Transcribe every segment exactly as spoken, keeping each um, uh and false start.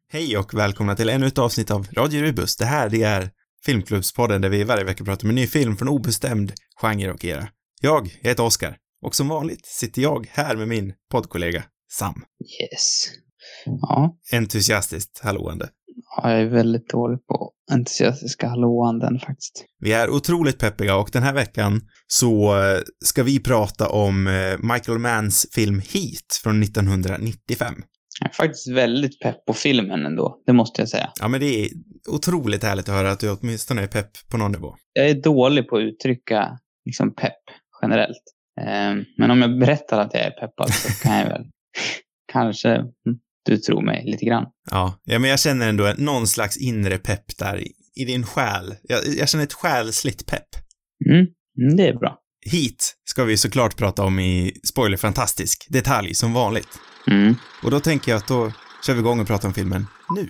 Hej och välkomna till ännu ett avsnitt av Radio Rubus. Det här det är Filmklubbspodden där vi varje vecka pratar om en ny film från obestämd genre och era. Jag heter Oskar och som vanligt sitter jag här med min poddkollega Sam. Yes. Ja. Entusiastiskt hallåande. Ja, jag är väldigt dålig på entusiastiska hallåanden faktiskt. Vi är otroligt peppiga och den här veckan så ska vi prata om Michael Manns film Heat från nittonhundranittiofem. Jag är faktiskt väldigt pepp på filmen ändå, det måste jag säga. Ja, men det är otroligt härligt att höra att du åtminstone är pepp på någon nivå. Jag är dålig på att uttrycka liksom pepp generellt. Men om jag berättar att jag är peppad så kan jag väl kanske du tror mig lite grann. Ja, ja men jag känner ändå någon slags inre pepp där i, i din själ. Jag, jag känner ett själsligt pepp. Mm, det är bra. Heat ska vi såklart prata om i spoilerfantastisk detalj som vanligt. Mm. Och då tänker jag att då kör vi igång och pratar om filmen nu.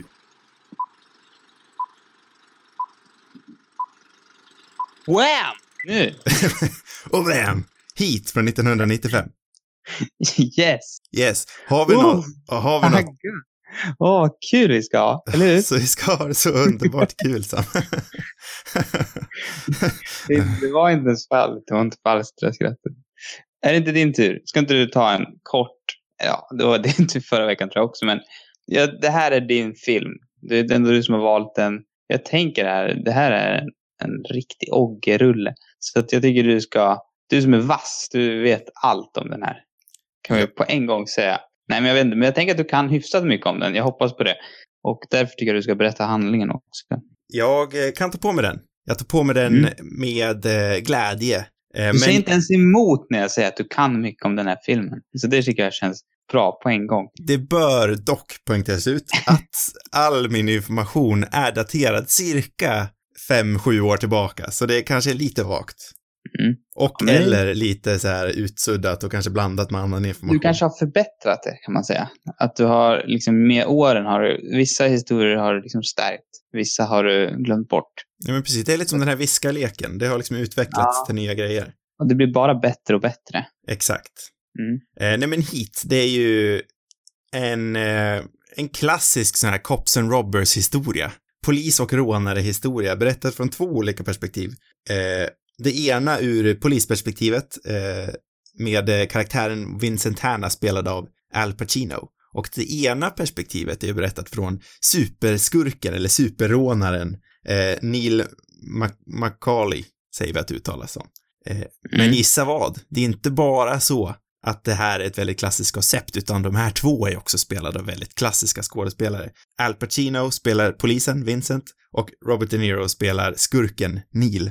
Wham! Nu! Och wham! Heat från nittonhundranittiofem. Yes! Yes. Har vi oh, något? Har vi något? Åh, oh, kul vi ska ha, eller hur? Så vi ska ha det så underbart kul, Sam. det, det var inte ens fall, det var inte falskt skrattet. Är det inte din tur? Ska inte du ta en kort... Ja, det var din tur förra veckan tror jag också, men ja, det här är din film. Det är ändå du som har valt den. Jag tänker det här, det här är en, en riktig oggerulle. Så att jag tycker du ska... Du som är vass, du vet allt om den här. Kan vi på en gång säga. Nej, men jag vet inte. Men jag tänker att du kan hyfsat mycket om den. Jag hoppas på det. Och därför tycker jag att du ska berätta handlingen också. Jag kan ta på mig den. Jag tar på mig den mm. med eh, glädje. Eh, du men... säger inte ens emot när jag säger att du kan mycket om den här filmen. Så det tycker jag känns bra på en gång. Det bör dock poängteras ut att all min information är daterad cirka fem sju år tillbaka. Så det kanske är lite vagt. Mm. Och men... eller lite så här utsuddat och kanske blandat med annan information. Du kanske har förbättrat det, kan man säga. Att du har liksom med åren har du, vissa historier har du liksom stärkt. Vissa har du glömt bort. Ja, men precis. Det är lite som den här viskarleken. Det har liksom utvecklats ja. till nya grejer. Och det blir bara bättre och bättre. Exakt. Mm. Eh, nej men Heat, det är ju en, eh, en klassisk sån här cops and robbers historia. Polis- och rånare historia. Berättat från två olika perspektiv. Eh, Det ena ur polisperspektivet eh, med karaktären Vincent Hanna spelad av Al Pacino. Och det ena perspektivet är berättat från superskurken eller superrånaren eh, Neil Mac- Macaulay, säger vi att det uttalas som. Eh, mm. Men gissa vad? Det är inte bara så att det här är ett väldigt klassiskt koncept, utan de här två är också spelade av väldigt klassiska skådespelare. Al Pacino spelar polisen Vincent och Robert De Niro spelar skurken Neil.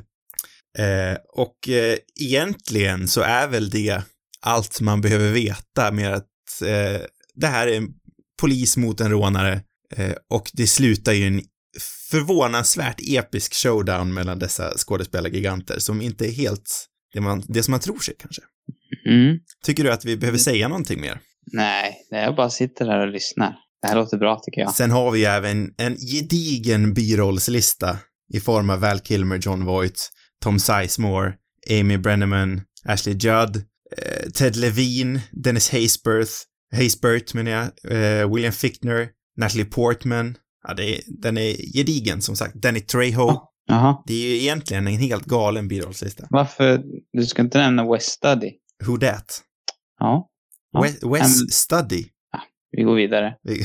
Eh, och eh, egentligen så är väl det allt man behöver veta med att eh, det här är en polis mot en rånare eh, och det slutar ju en förvånansvärt episk showdown mellan dessa skådespelargiganter som inte är helt det, man, det som man tror sig kanske. Mm. Tycker du att vi behöver säga någonting mer? Nej, jag bara sitter här och lyssnar. Det här låter bra tycker jag. Sen har vi även en gedigen birollslista i form av Val Kilmer, John Voight, Tom Sizemore, Amy Brenneman, Ashley Judd, eh, Ted Levine, Dennis Haysbert, Haysbert menar jag, eh, William Fichtner, Natalie Portman. Ja, det är, den är gedigen som sagt. Danny Trejo. Oh, det är ju egentligen en helt galen birollslista. Varför? Du ska inte nämna West Study. Who that? Ja. ja. West, West um, Study. Ja, vi går vidare. Vi,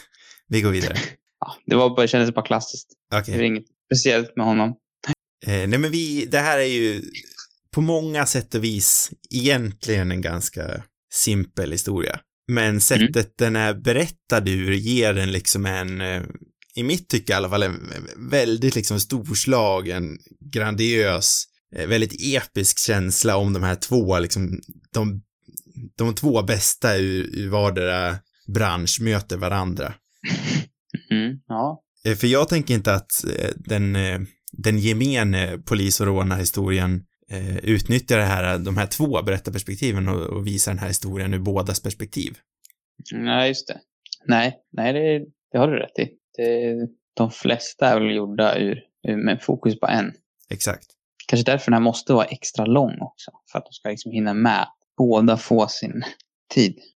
vi går vidare. Ja, det var bara, det kändes bara klassiskt. Okay. Det är inget speciellt med honom. Eh, nej men vi, det här är ju på många sätt och vis egentligen en ganska simpel historia. Men sättet mm. den är berättad ur ger den liksom en, i mitt tycke i alla fall, en väldigt liksom storslagen, grandiös, väldigt episk känsla om de här två, liksom de, de två bästa ur, ur vardera bransch möter varandra. Mm, ja. För jag tänker inte att den... den gemene polis- och rånarhistorien eh, utnyttjar det här, de här två berättarperspektiven och, och visar den här historien ur bådas perspektiv. Nej, just det. Nej, nej det, det har du rätt i. Det, de flesta är väl gjorda ur, ur, med fokus på en. Exakt. Kanske därför den här måste vara extra lång också. För att de ska liksom hinna med båda få sin tid.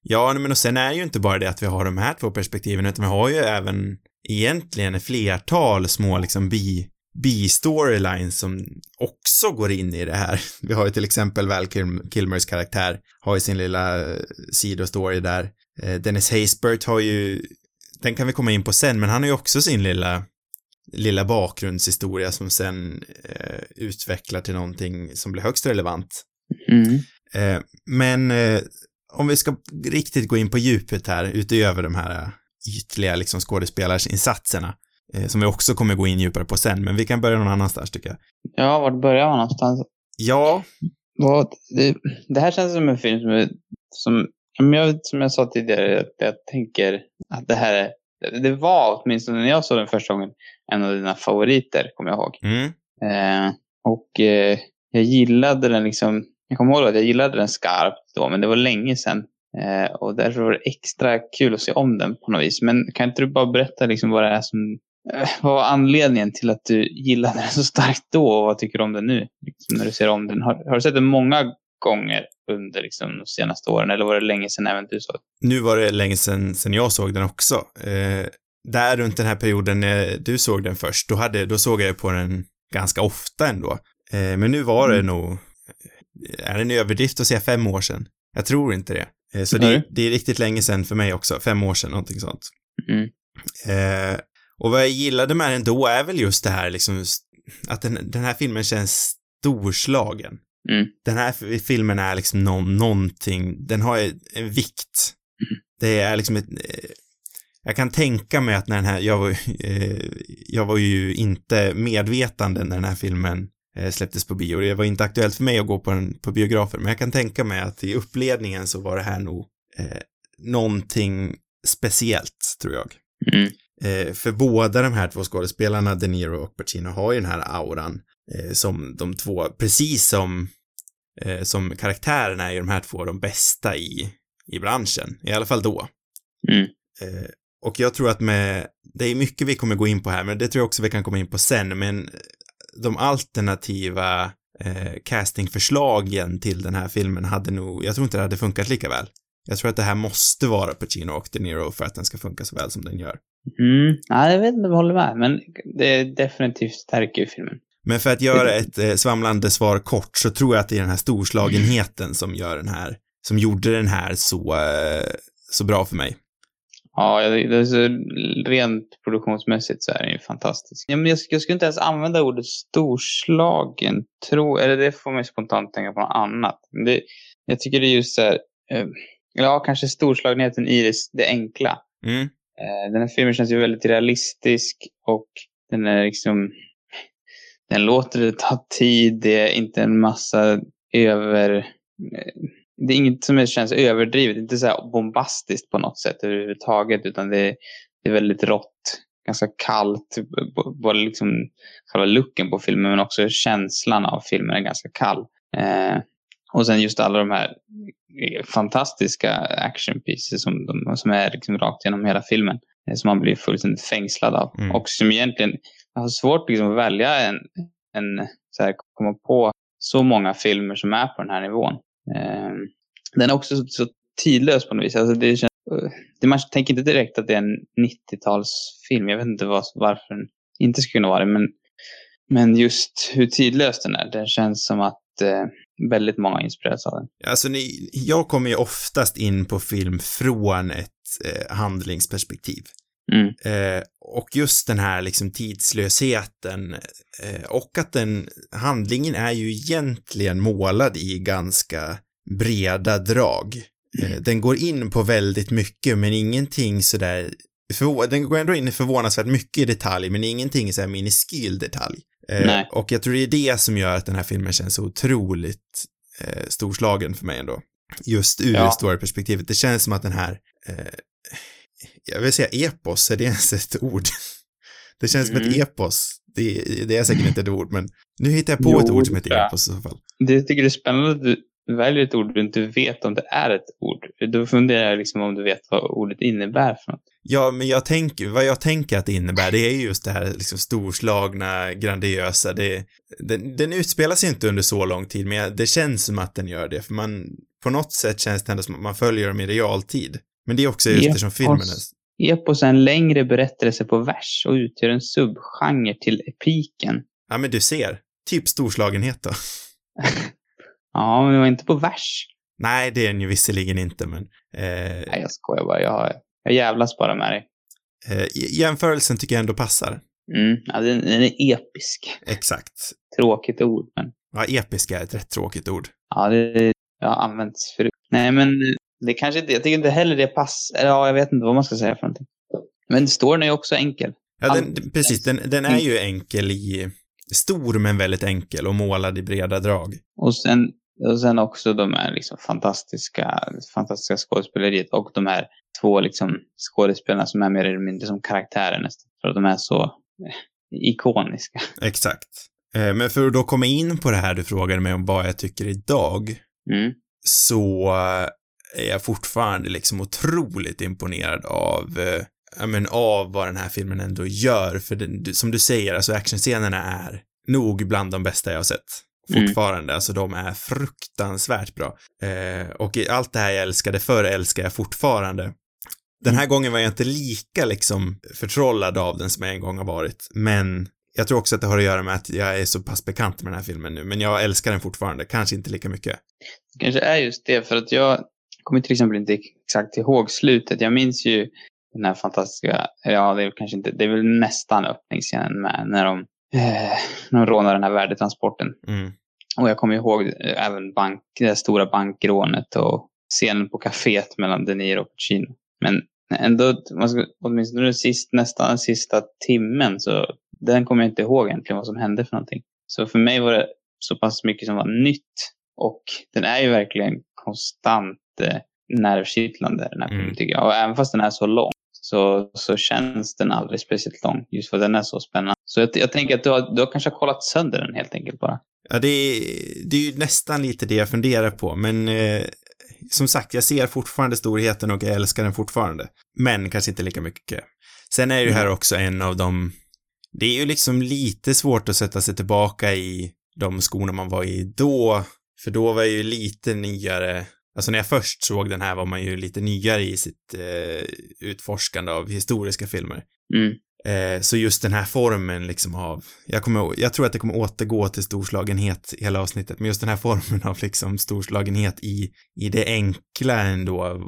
Ja, men och sen är ju inte bara det att vi har de här två perspektiven, utan vi har ju även egentligen ett flertal små liksom bi bi-storylines som också går in i det här. Vi har ju till exempel Val Kilm- Kilmers karaktär har ju sin lilla sidostory där. Eh, Dennis Haysbert har ju, den kan vi komma in på sen, men han har ju också sin lilla lilla bakgrundshistoria som sen eh, utvecklar till någonting som blir högst relevant. Mm. Eh, men eh, om vi ska riktigt gå in på djupet här, utöver de här ytliga liksom skådespelarsinsatserna, eh, som vi också kommer gå in djupare på sen, men vi kan börja någon annanstans tycker jag. Ja, vart börjar man någonstans? Ja. Vad, det, det här känns som en film som, är, som, jag, som jag sa tidigare, att jag tänker att det här är, det var åtminstone när jag såg den första gången en av dina favoriter, kommer jag ihåg. Mm. Eh, och eh, jag gillade den liksom, jag kommer ihåg att jag gillade den skarpt då, men det var länge sedan. Eh, och därför var det extra kul att se om den på något vis. Men kan inte du bara berätta liksom vad det är som, eh, vad var anledningen till att du gillade den så starkt då, och vad tycker du om den nu? Liksom när du ser om den. Har, har du sett den många gånger under liksom, de senaste åren, eller var det länge sedan även du såg? Nu var det länge sedan, sedan jag såg den också. Eh, där runt den här perioden när du såg den först, då, hade, då såg jag på den ganska ofta ändå. Eh, men nu var det mm. nog, är det en överdrift att säga fem år sedan? Jag tror inte det. Eh, så det, det är riktigt länge sedan för mig också, fem år sedan, någonting sånt. Mm. Eh, och vad jag gillade med den då är väl just det här liksom, att den, den här filmen känns storslagen. Mm. Den här filmen är liksom någon, någonting, den har en vikt. Mm. Det är liksom ett, jag kan tänka mig att när den här, jag var, eh, jag var ju inte medvetande när den här filmen eh, släpptes på bio. Det var inte aktuellt för mig att gå på den på biografer, men jag kan tänka mig att i uppledningen så var det här nog eh, någonting speciellt, tror jag. Mm. Eh, för båda de här två skådespelarna, De Niro och Pacino, har ju den här auran eh, som de två, precis som eh, som karaktärerna är ju de här två de bästa i, i branschen, i alla fall då. Mm. Eh, och jag tror att med, det är mycket vi kommer gå in på här, men det tror jag också vi kan komma in på sen, men de alternativa eh, castingförslagen till den här filmen hade nog, jag tror inte det hade funkat lika väl. Jag tror att det här måste vara Pacino och De Niro för att den ska funka så väl som den gör. Mm. Ja, jag vet inte om jag håller med, men det är definitivt stärker i filmen. Men för att göra ett eh, svamlande svar kort, så tror jag att det är den här storslagenheten som gör den här, som gjorde den här så, eh, så bra för mig. Ja, det är så rent produktionsmässigt så är det ju fantastiskt. Ja, men jag, jag skulle inte ens använda ordet storslagen, tro, eller det får mig spontant tänka på något annat. Det, jag tycker det är just så här, eh, ja, kanske storslagenheten i det, det enkla. Mm. Eh, den här filmen känns ju väldigt realistisk, och den är liksom, den låter det ta tid, det är inte en massa över, eh, det är inget som känns överdrivet, inte så här bombastiskt på något sätt överhuvudtaget, utan det är, det är väldigt rått, ganska kallt, både liksom själva looken på filmen, men också känslan av filmen är ganska kall. Eh, och sen just alla de här fantastiska action pieces som, de, som är liksom rakt genom hela filmen, eh, som man blir fullständigt fängslad av. Mm. Och som egentligen, jag har svårt liksom att välja en, en så här, komma på så många filmer som är på den här nivån. Eh, den är också så, så tidlös på något vis. Alltså det känns, det, man tänker inte direkt att det är en nittiotalsfilm. Jag vet inte var, varför den inte skulle kunna vara det. Men, men just hur tidlös den är. Det känns som att eh, väldigt många inspireras av den. Alltså ni, jag kommer ju oftast in på film från ett eh, handlingsperspektiv. Mm. Eh, och just den här liksom tidslösheten eh, och att den handlingen är ju egentligen målad i ganska breda drag. Eh, den går in på väldigt mycket, men ingenting sådär för, den går ändå in i förvånansvärt mycket i detalj, men ingenting så här miniskyl detalj. Eh, och jag tror det är det som gör att den här filmen känns så otroligt eh, storslagen för mig ändå. Just ur ja. storyperspektivet. Det känns som att den här eh, jag vill säga epos, är det ens ett ord? Det känns som mm. ett epos. Det, det är säkert inte ett ord, men nu hittar jag på jo, ett ord som heter epos i så fall. Det tycker det är spännande att du, du väljer ett ord du inte vet om det är ett ord. Då funderar jag liksom om du vet vad ordet innebär för något. Ja, men jag tänker, vad jag tänker att det innebär, det är just det här liksom storslagna, grandiösa. Det, den, den utspelar sig inte under så lång tid, men det känns som att den gör det. För man, på något sätt känns det ändå som att man följer dem i realtid. Men det är också just det som filmen är. Epos är en längre berättelse på vers och utgör en subgenre till epiken. Ja, men du ser. Typ storslagenhet då. Ja, men det var inte på vers. Nej, det är den ju visserligen inte, men... Eh, Nej, jag skojar bara. Jag, jag jävlas bara med dig. Eh, jämförelsen tycker jag ändå passar. Mm, ja, den, den är episk. Exakt. Tråkigt ord, men... Ja, episk är ett rätt tråkigt ord. Ja, det har använts förut. Nej, men det kanske inte... Jag tycker inte heller det passar. Ja, jag vet inte vad man ska säga för någonting. Men storyn är ju också enkel. Ja, den, precis. Den, den är ju enkel i... Stor men väldigt enkel och målad i breda drag. Och sen, och sen också de här liksom fantastiska, fantastiska skådespeleriet och de här två liksom skådespelarna som är mer eller mindre som karaktärer nästan. För att de är så eh, ikoniska. Exakt. Eh, men för att då komma in på det här du frågade mig om vad jag tycker idag, mm. så är jag fortfarande liksom otroligt imponerad av... Eh, Ja, men av vad den här filmen ändå gör, för det, som du säger, alltså actionscenerna är nog bland de bästa jag har sett fortfarande, mm. alltså de är fruktansvärt bra eh, och i allt det här jag älskade förr älskar jag fortfarande. Den här mm. gången var jag inte lika liksom förtrollad av den som jag en gång har varit, men jag tror också att det har att göra med att jag är så pass bekant med den här filmen nu, men jag älskar den fortfarande, kanske inte lika mycket. Det kanske är just det, för att jag kommer till exempel inte exakt ihåg slutet. Jag minns ju den här fantastiska, ja det är kanske inte, det är väl nästan öppningsscenen med när de, eh, när de rånar den här värdetransporten. Mm. Och jag kommer ihåg eh, även bank, det stora bankrånet och scenen på kaféet mellan De Niro och Pacino. Men ändå, man ska, åtminstone den sist, nästan den sista timmen, så den kommer jag inte ihåg egentligen vad som hände för någonting. Så för mig var det så pass mycket som var nytt, och den är ju verkligen konstant eh, nervkittlande den här filmen, mm. tycker jag. Och även fast den är så lång så, så känns den aldrig speciellt lång, just för den är så spännande. Så jag, jag tänker att du har, du har kanske kollat sönder den helt enkelt bara. Ja, det är, det är ju nästan lite det jag funderar på, men eh, som sagt, jag ser fortfarande storheten och jag älskar den fortfarande, men kanske inte lika mycket. Sen är ju här också en av de, det är ju liksom lite svårt att sätta sig tillbaka i de skorna man var i då, för då var jag ju lite nyare. Alltså när jag först såg den här var man ju lite nyare i sitt eh, utforskande av historiska filmer. Mm. Eh, så just den här formen liksom av, jag, kommer, jag tror att det kommer återgå till storslagenhet i hela avsnittet, men just den här formen av liksom storslagenhet i, i det enkla ändå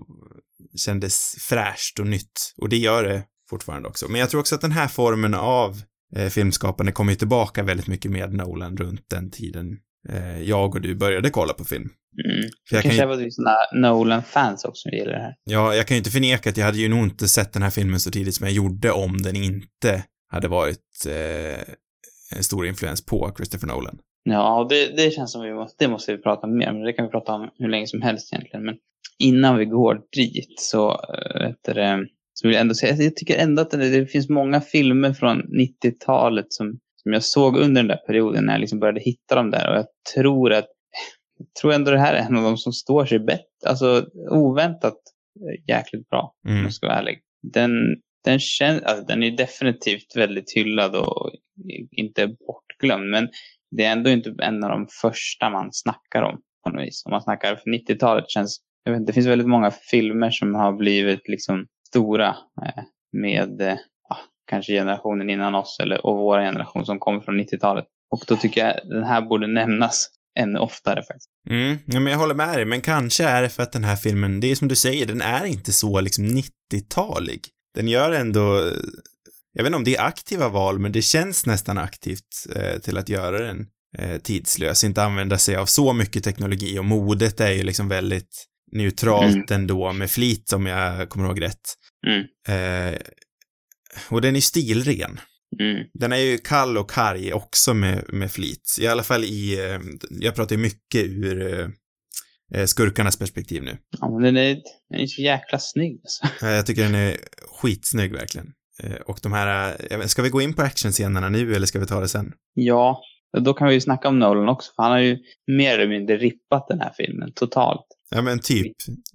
kändes fräscht och nytt. Och det gör det fortfarande också. Men jag tror också att den här formen av eh, filmskapande kommer tillbaka väldigt mycket med Nolan runt den tiden eh, jag och du började kolla på film. Mm. För jag kanske kan ju... var det sådana Nolan-fans också som gillar det här. Ja, jag kan ju inte förneka att jag hade ju nog inte sett den här filmen så tidigt som jag gjorde om den inte hade varit eh, en stor influens på Christopher Nolan. Ja, det, det känns som vi måste, det måste vi prata mer om. Det kan vi prata om hur länge som helst egentligen. Men innan vi går dit så, äh, det, så vill jag ändå säga, jag tycker ändå att det, det finns många filmer från nittiotalet som, som jag såg under den där perioden när jag liksom började hitta dem där. Och jag tror att Jag tror ändå det här är en av de som står sig bättre. Alltså oväntat jäkligt bra. Mm. Om jag ska vara ärlig. Den, den, känns, alltså, den är definitivt väldigt hyllad och inte bortglömd. Men det är ändå inte en av de första man snackar om. På något vis. Om man snackar för nittiotalet känns... Jag vet, det finns väldigt många filmer som har blivit liksom stora. Eh, med eh, kanske generationen innan oss. Eller, och vår generation som kommer från nittiotalet. Och då tycker jag den här borde nämnas ännu oftare faktiskt. Mm, ja, men jag håller med dig, men kanske är det för att den här filmen, det är som du säger, den är inte så liksom nittiotalig. Den gör ändå, jag vet inte om det är aktiva val, men det känns nästan aktivt eh, till att göra den eh, tidslös, inte använda sig av så mycket teknologi, och modet är ju liksom väldigt neutralt mm. ändå, med flit om jag kommer ihåg rätt. Mm. Eh, och den är stilren. Mm. Den är ju kall och karg också med, med flit. I alla fall i, jag pratar ju mycket ur eh, skurkarnas perspektiv nu. Ja, men den är, den är så jäkla snygg alltså. Jag tycker den är skitsnygg verkligen. Och de här, ska vi gå in på actionscenerna nu eller ska vi ta det sen? Ja, då kan vi ju snacka om Nolan också, för han har ju mer eller mindre rippat den här filmen totalt. Ja, men typ.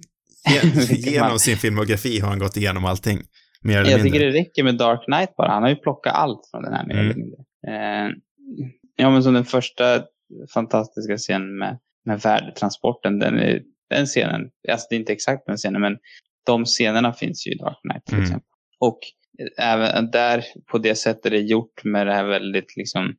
Gen- genom sin filmografi har han gått igenom allting. Mer eller jag mindre. tycker det räcker med Dark Knight bara. Han har ju plockat allt från den här mer Mm. eller mindre. Eh, ja, men som den första fantastiska scenen med, med värdetransporten. Den, är, den scenen, alltså det är inte exakt den scenen, men de scenerna finns ju i Dark Knight till Mm. exempel. Och även där på det sättet det är gjort med det här väldigt liksom,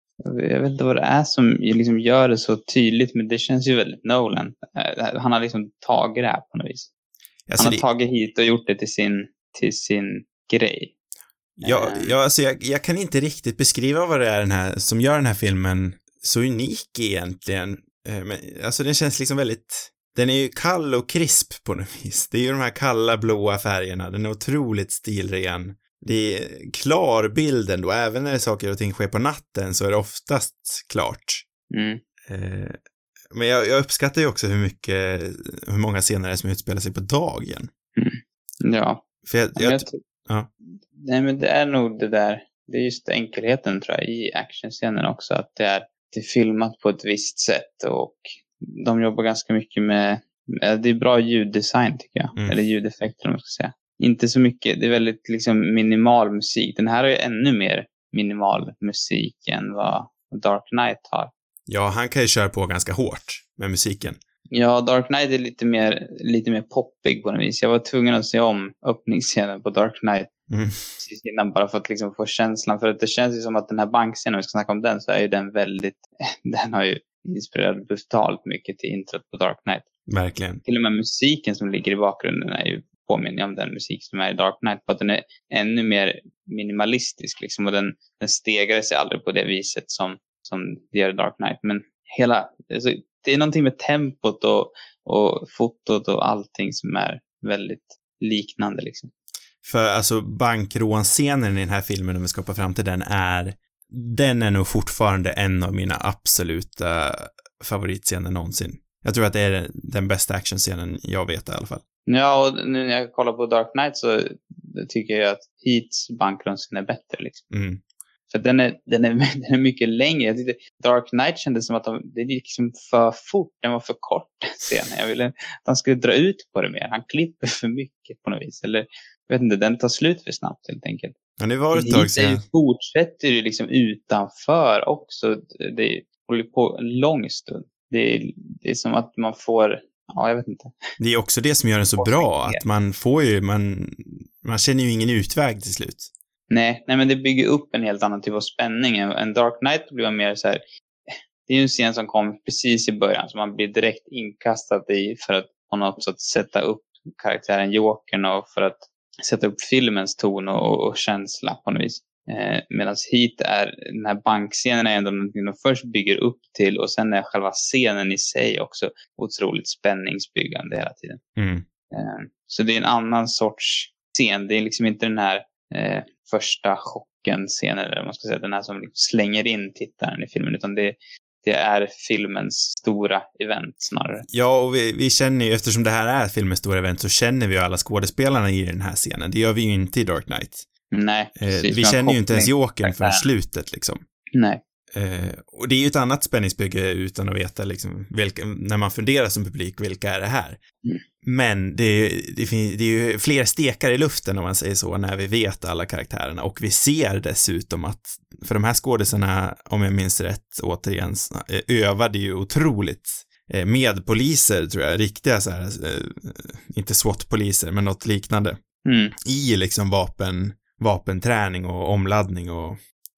jag vet inte vad det är som liksom gör det så tydligt, men det känns ju väldigt Nolan. Eh, han har liksom tagit det här på något vis. Alltså, han har det... tagit hit och gjort det till sin, till sin grej. Ja, ja alltså jag, jag kan inte riktigt beskriva vad det är den här, som gör den här filmen så unik egentligen. Men, alltså den känns liksom väldigt, den är ju kall och krisp på något vis. Det är ju de här kalla blåa färgerna, den är otroligt stilren. Det är klar bilden då, även när saker och ting sker på natten så är det oftast klart. Mm. Eh, men jag, jag uppskattar ju också hur mycket, hur många scener det är som utspelar sig på dagen. Mm. Ja. För jag, jag, jag ja. Nej, men det är nog det där, det är just enkelheten tror jag i actionscenen också, att det är, det är filmat på ett visst sätt och de jobbar ganska mycket med, det är bra ljuddesign tycker jag, Mm. eller ljudeffekter om man ska säga. Inte så mycket, det är väldigt liksom minimal musik. Den här är ju ännu mer minimal musik än vad Dark Knight har. Ja, han kan ju köra på ganska hårt med musiken. Ja, Dark Knight är lite mer, lite mer poppig på något vis. Jag var tvungen att se om öppningsscenen på Dark Knight Mm. precis innan, bara för att liksom få känslan. För att det känns ju som att den här bankscenen, om vi ska snacka om den, så är ju den väldigt, den har ju inspirerat brutalt mycket till introt på Dark Knight. Verkligen. Till och med musiken som ligger i bakgrunden är ju påminner om den musik som är i Dark Knight, på att den är ännu mer minimalistisk liksom, och den, den stegrar sig aldrig på det viset som, som det gör i Dark Knight. Men hela, alltså, det är någonting med tempot och, och fotot och allting som är väldigt liknande liksom. För alltså bankrånscenen i den här filmen, om vi ska hoppa fram till den, är den är nog fortfarande en av mina absoluta favoritscener någonsin. Jag tror att det är den bästa actionscenen jag vet i alla fall. Ja, och nu när jag kollar på Dark Knight så tycker jag att Heats bankrånscen är bättre liksom. Mm. För den är, den, är, den är mycket längre. Jag tyckte Dark Knight kändes som att de, det gick liksom för fort. Den var för kort scenen. Jag ville att han skulle dra ut på det mer. Han klipper för mycket på något vis. Eller jag vet inte, den tar slut för snabbt helt enkelt. Ja, det var ett tag sedan. Det fortsätter ju liksom utanför också. Det håller på en lång stund. Det är, det är som att man får, ja jag vet inte. Det är också det som gör den så bra. Att man får ju, man, man känner ju ingen utväg till slut. Nej, nej, men det bygger upp en helt annan typ av spänning. En Dark Knight blir mer så här, det är ju en scen som kom precis i början, så man blir direkt inkastad i för att på något sätt sätta upp karaktären Jokern och för att sätta upp filmens ton och, och känsla på något vis. Eh, Medan Heat är, den här bankscenen är ändå någonting de först bygger upp till, och sen är själva scenen i sig också otroligt spänningsbyggande hela tiden. Mm. Eh, så det är en annan sorts scen. Det är liksom inte den här eh, första chocken-scenen, eller man ska säga, den här som liksom slänger in tittaren i filmen, utan det, det är filmens stora event snarare. Ja, och vi, vi känner ju, eftersom det här är filmens stora event, så känner vi ju alla skådespelarna i den här scenen. Det gör vi ju inte i Dark Knight. Nej, eh, vi känner ju inte ens Jokern från slutet liksom. Nej. Eh, och det är ju ett annat spänningsbygge utan att veta liksom, vilka, när man funderar som publik, vilka är det här? Mm. Men det är, det, finns, det är ju fler stekar i luften om man säger så, när vi vet alla karaktärerna, och vi ser dessutom att, för de här skådespelarna, om jag minns rätt återigen, övade ju otroligt eh, med poliser tror jag, riktiga så här, eh, inte SWAT-poliser men något liknande, mm. i liksom vapen, vapenträning och omladdning och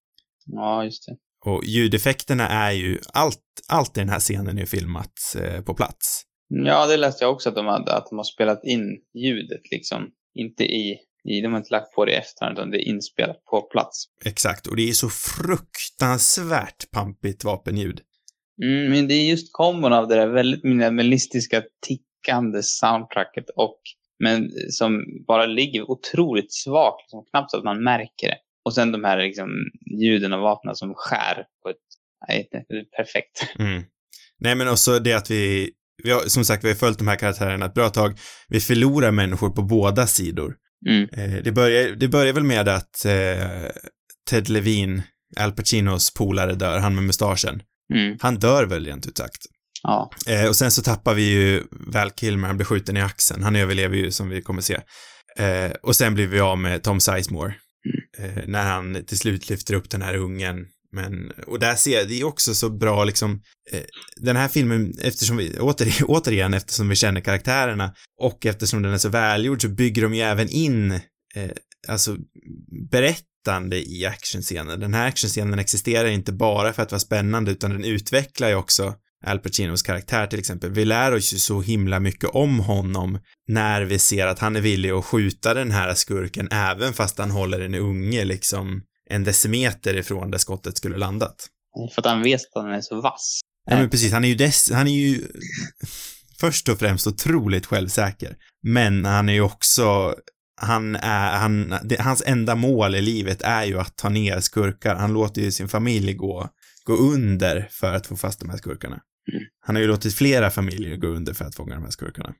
ja, just det. Och ljudeffekterna är ju, allt, allt i den här scenen är filmat eh, på plats. Ja, det läste jag också, att de, hade, att de har spelat in ljudet liksom. Inte i, i, de har inte lagt på det i efterhand, utan det är inspelat på plats. Exakt, och det är så fruktansvärt pampigt vapenljud. Mm, men det är just kombon av det där väldigt minimalistiska tickande soundtracket, och, men som bara ligger otroligt svagt, liksom, knappt så att man märker det. Och sen de här liksom, ljuden av vapnen som skär på ett, nej, det är perfekt. Mm. Nej, men också det att vi, vi har, som sagt, vi har följt de här karaktärerna ett bra tag. Vi förlorar människor på båda sidor. Mm. Eh, det, börjar, det börjar väl med att eh, Ted Levine Al Pacinos polare dör, han med mustaschen. Mm. Han dör väl rent ut sagt. Ja. Eh, och sen så tappar vi ju Val Kilmer, han blir skjuten i axeln. Han överlever ju som vi kommer se. Eh, och sen blir vi av med Tom Sizemore. Mm. Eh, när han till slut lyfter upp den här ungen. Men, och där ser det är också så bra liksom, eh, den här filmen, eftersom vi, åter, återigen eftersom vi känner karaktärerna och eftersom den är så välgjord så bygger de ju även in eh, alltså berättande i actionscenen. Den här actionscenen existerar inte bara för att vara spännande utan den utvecklar ju också Al Pacinos karaktär till exempel. Vi lär oss ju så himla mycket om honom när vi ser att han är villig att skjuta den här skurken även fast han håller en unge liksom en decimeter ifrån där skottet skulle landat. För att han vet att han är så vass. Ja, men precis. Han är ju dess, han är ju först och främst otroligt självsäker. Men han är ju också, han är, han, det, hans enda mål i livet är ju att ta ner skurkar. Han låter ju sin familj gå, gå under för att få fast de här skurkarna. Mm. Han har ju låtit flera familjer gå under för att fånga de här skurkarna.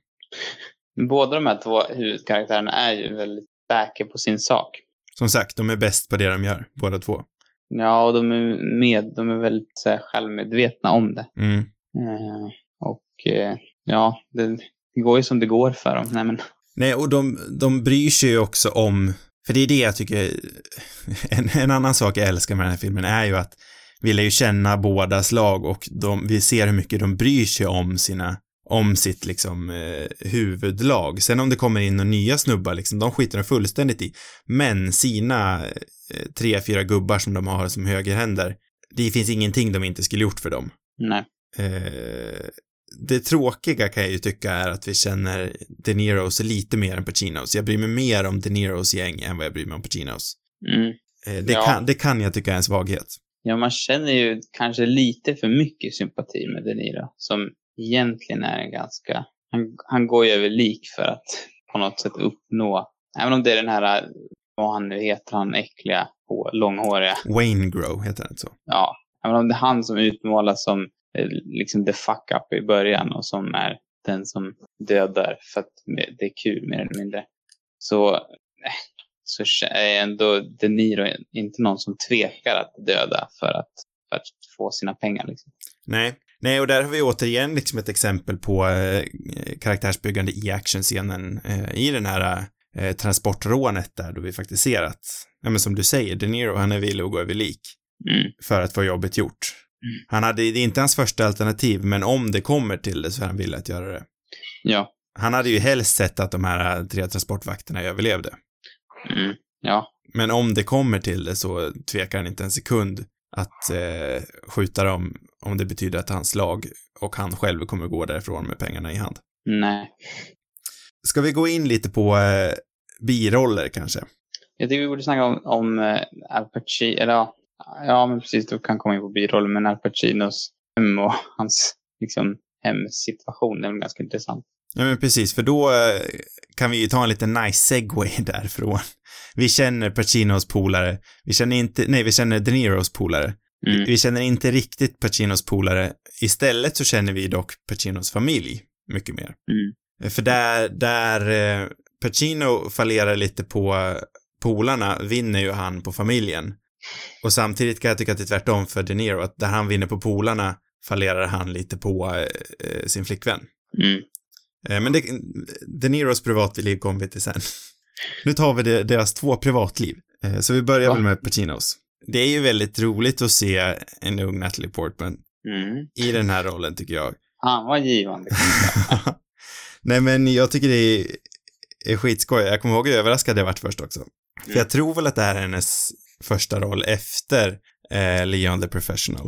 Båda de här två huvudkaraktärerna är ju väldigt säkra på sin sak. Som sagt, de är bäst på det de gör, båda två. Ja, och de är med, de är väldigt så här, självmedvetna om det. Mm. Eh, och eh, ja, det, det går ju som det går för dem. Nej, men... Nej, och de, de bryr sig ju också om, för det är det jag tycker, en, en annan sak jag älskar med den här filmen är ju att vi lär ju känna bådas lag och de, vi ser hur mycket de bryr sig om sina om sitt liksom eh, huvudlag. Sen om det kommer in några nya snubbar liksom, de skiter de fullständigt i. Men sina eh, tre, fyra gubbar som de har som högerhänder, det finns ingenting de inte skulle gjort för dem. Nej. Eh, det tråkiga kan jag ju tycka är att vi känner De Niros lite mer än Pacinos. Jag bryr mig mer om De Niros gäng än vad jag bryr mig om Pacinos. Mm. Eh, det, ja. kan, det kan jag tycka är en svaghet. Ja, man känner ju kanske lite för mycket sympati med De Niro, som egentligen är en ganska... Han, han går ju över lik för att på något sätt uppnå... Även om det är den här... Vad han nu heter, han äckliga, långhåriga... Waingro heter han så. Ja, även om det är han som utmålas som liksom the fuck up i början och som är den som dödar för att det är kul mer eller mindre. Så, så är ändå De Niro inte någon som tvekar att döda för att, för att få sina pengar. Liksom. Nej. Nej, och där har vi återigen liksom ett exempel på eh, karaktärsbyggande i actionscenen eh, i den här eh, transportrånet där då vi faktiskt ser att, ja, men som du säger, De Niro, han är villig att gå över lik mm. för att få jobbet gjort. Mm. Han hade, det är inte hans första alternativ, men om det kommer till det så är han villig att göra det. Ja. Han hade ju helst sett att de här tre transportvakterna överlevde. Mm. Ja. Men om det kommer till det så tvekar han inte en sekund att eh, skjuta dem om det betyder att hans lag och han själv kommer gå därifrån med pengarna i hand. Nej. Ska vi gå in lite på eh, biroller kanske? Jag tycker vi borde snacka om, om eh, Al Pacino, eller ja, ja men precis, du kan komma in på biroller, men Al Pacinos hem och hans liksom hemsituation är ganska intressant. Ja men precis, för då eh, kan vi ju ta en liten nice segway därifrån. Vi känner Pacinos polare, vi känner inte, nej vi känner De Niros polare. Mm. Vi, vi känner inte riktigt Pacinos polare. Istället så känner vi dock Pacinos familj mycket mer. Mm. För där, där eh, Pacino fallerar lite på polarna vinner ju han på familjen. Och samtidigt kan jag tycka att det är tvärtom för De Niro, att där han vinner på polarna fallerar han lite på eh, sin flickvän. Mm. Eh, men det, De Niros privatliv kommer vi till sen. Nu tar vi det, deras två privatliv. Eh, så vi börjar ja. väl med Pacinos. Det är ju väldigt roligt att se en ung Natalie Portman mm. i den här rollen tycker jag. Han var givande. Nej men jag tycker det är, är skitskoj. Jag kommer ihåg hur överraskad jag varit först också. Mm. För jag tror väl att det här är hennes första roll efter eh, Leon the Professional.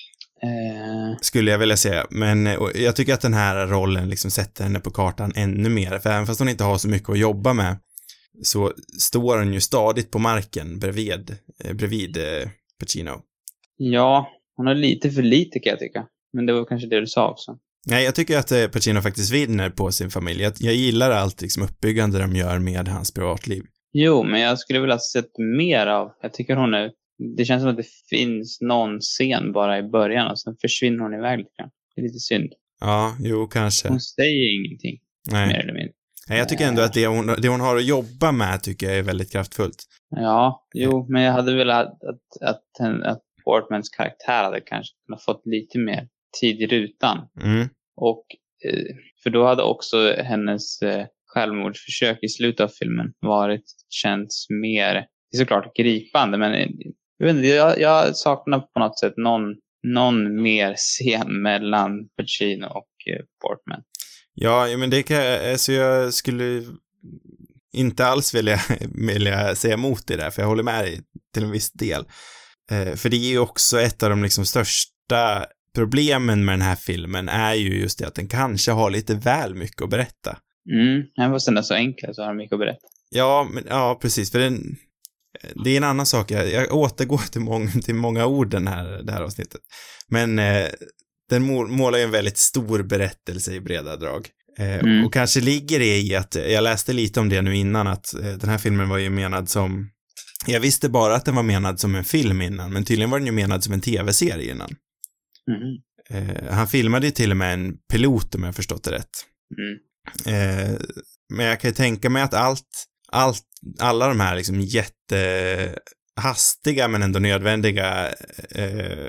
Eh. Skulle jag vilja säga. Men jag tycker att den här rollen liksom sätter henne på kartan ännu mer. För även fast hon inte har så mycket att jobba med så står hon ju stadigt på marken bredvid, eh, bredvid eh, Pacino. Ja, hon har lite för lite kan jag tycka. Men det var kanske det du sa också. Nej, jag tycker att eh, Pacino faktiskt vinner på sin familj. Jag, jag gillar allt liksom uppbyggande de gör med hans privatliv. Jo, men jag skulle vilja ha sett mer av... Jag tycker hon är... Det känns som att det finns någon scen bara i början och sen försvinner hon iväg lite grann. Det är lite synd. Ja, jo, kanske. Hon säger ingenting. Nej. Mer eller mindre. Jag tycker ändå att det hon, det hon har att jobba med tycker jag är väldigt kraftfullt. Ja, jo, men jag hade velat att, att, att, att Portmans karaktär hade kanske kunnat fått lite mer tid i rutan. Mm. Och, för då hade också hennes självmordsförsök i slutet av filmen varit, känts mer, det är såklart gripande, men jag, vet inte, jag, jag saknar på något sätt någon, någon mer scen mellan Pacino och Portman. Ja, men det kan jag, alltså jag skulle inte alls vilja, vilja säga emot det där, för jag håller med dig till en viss del. Eh, för det är ju också ett av de liksom största problemen med den här filmen är ju just det att den kanske har lite väl mycket att berätta. Mm, den var sen så enkel så har den mycket att berätta. Ja, men, ja precis, för den, det är en annan sak. Jag, jag återgår till, mång, till många ord den här, det här avsnittet. Men eh, den målar ju en väldigt stor berättelse i breda drag. Eh, mm. Och kanske ligger det i att, jag läste lite om det nu innan, att eh, den här filmen var ju menad som, jag visste bara att den var menad som en film innan, men tydligen var den ju menad som en tv-serie innan. Mm. Eh, han filmade ju till och med en pilot om jag förstått det rätt. Mm. Eh, men jag kan ju tänka mig att allt, allt alla de här liksom jättehastiga men ändå nödvändiga eh,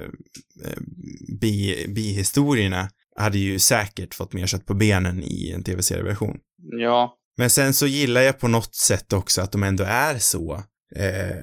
bi, bihistorierna hade ju säkert fått mer kött på benen i en tv-serieversion. Ja. Men sen så gillar jag på något sätt också att de ändå är så eh,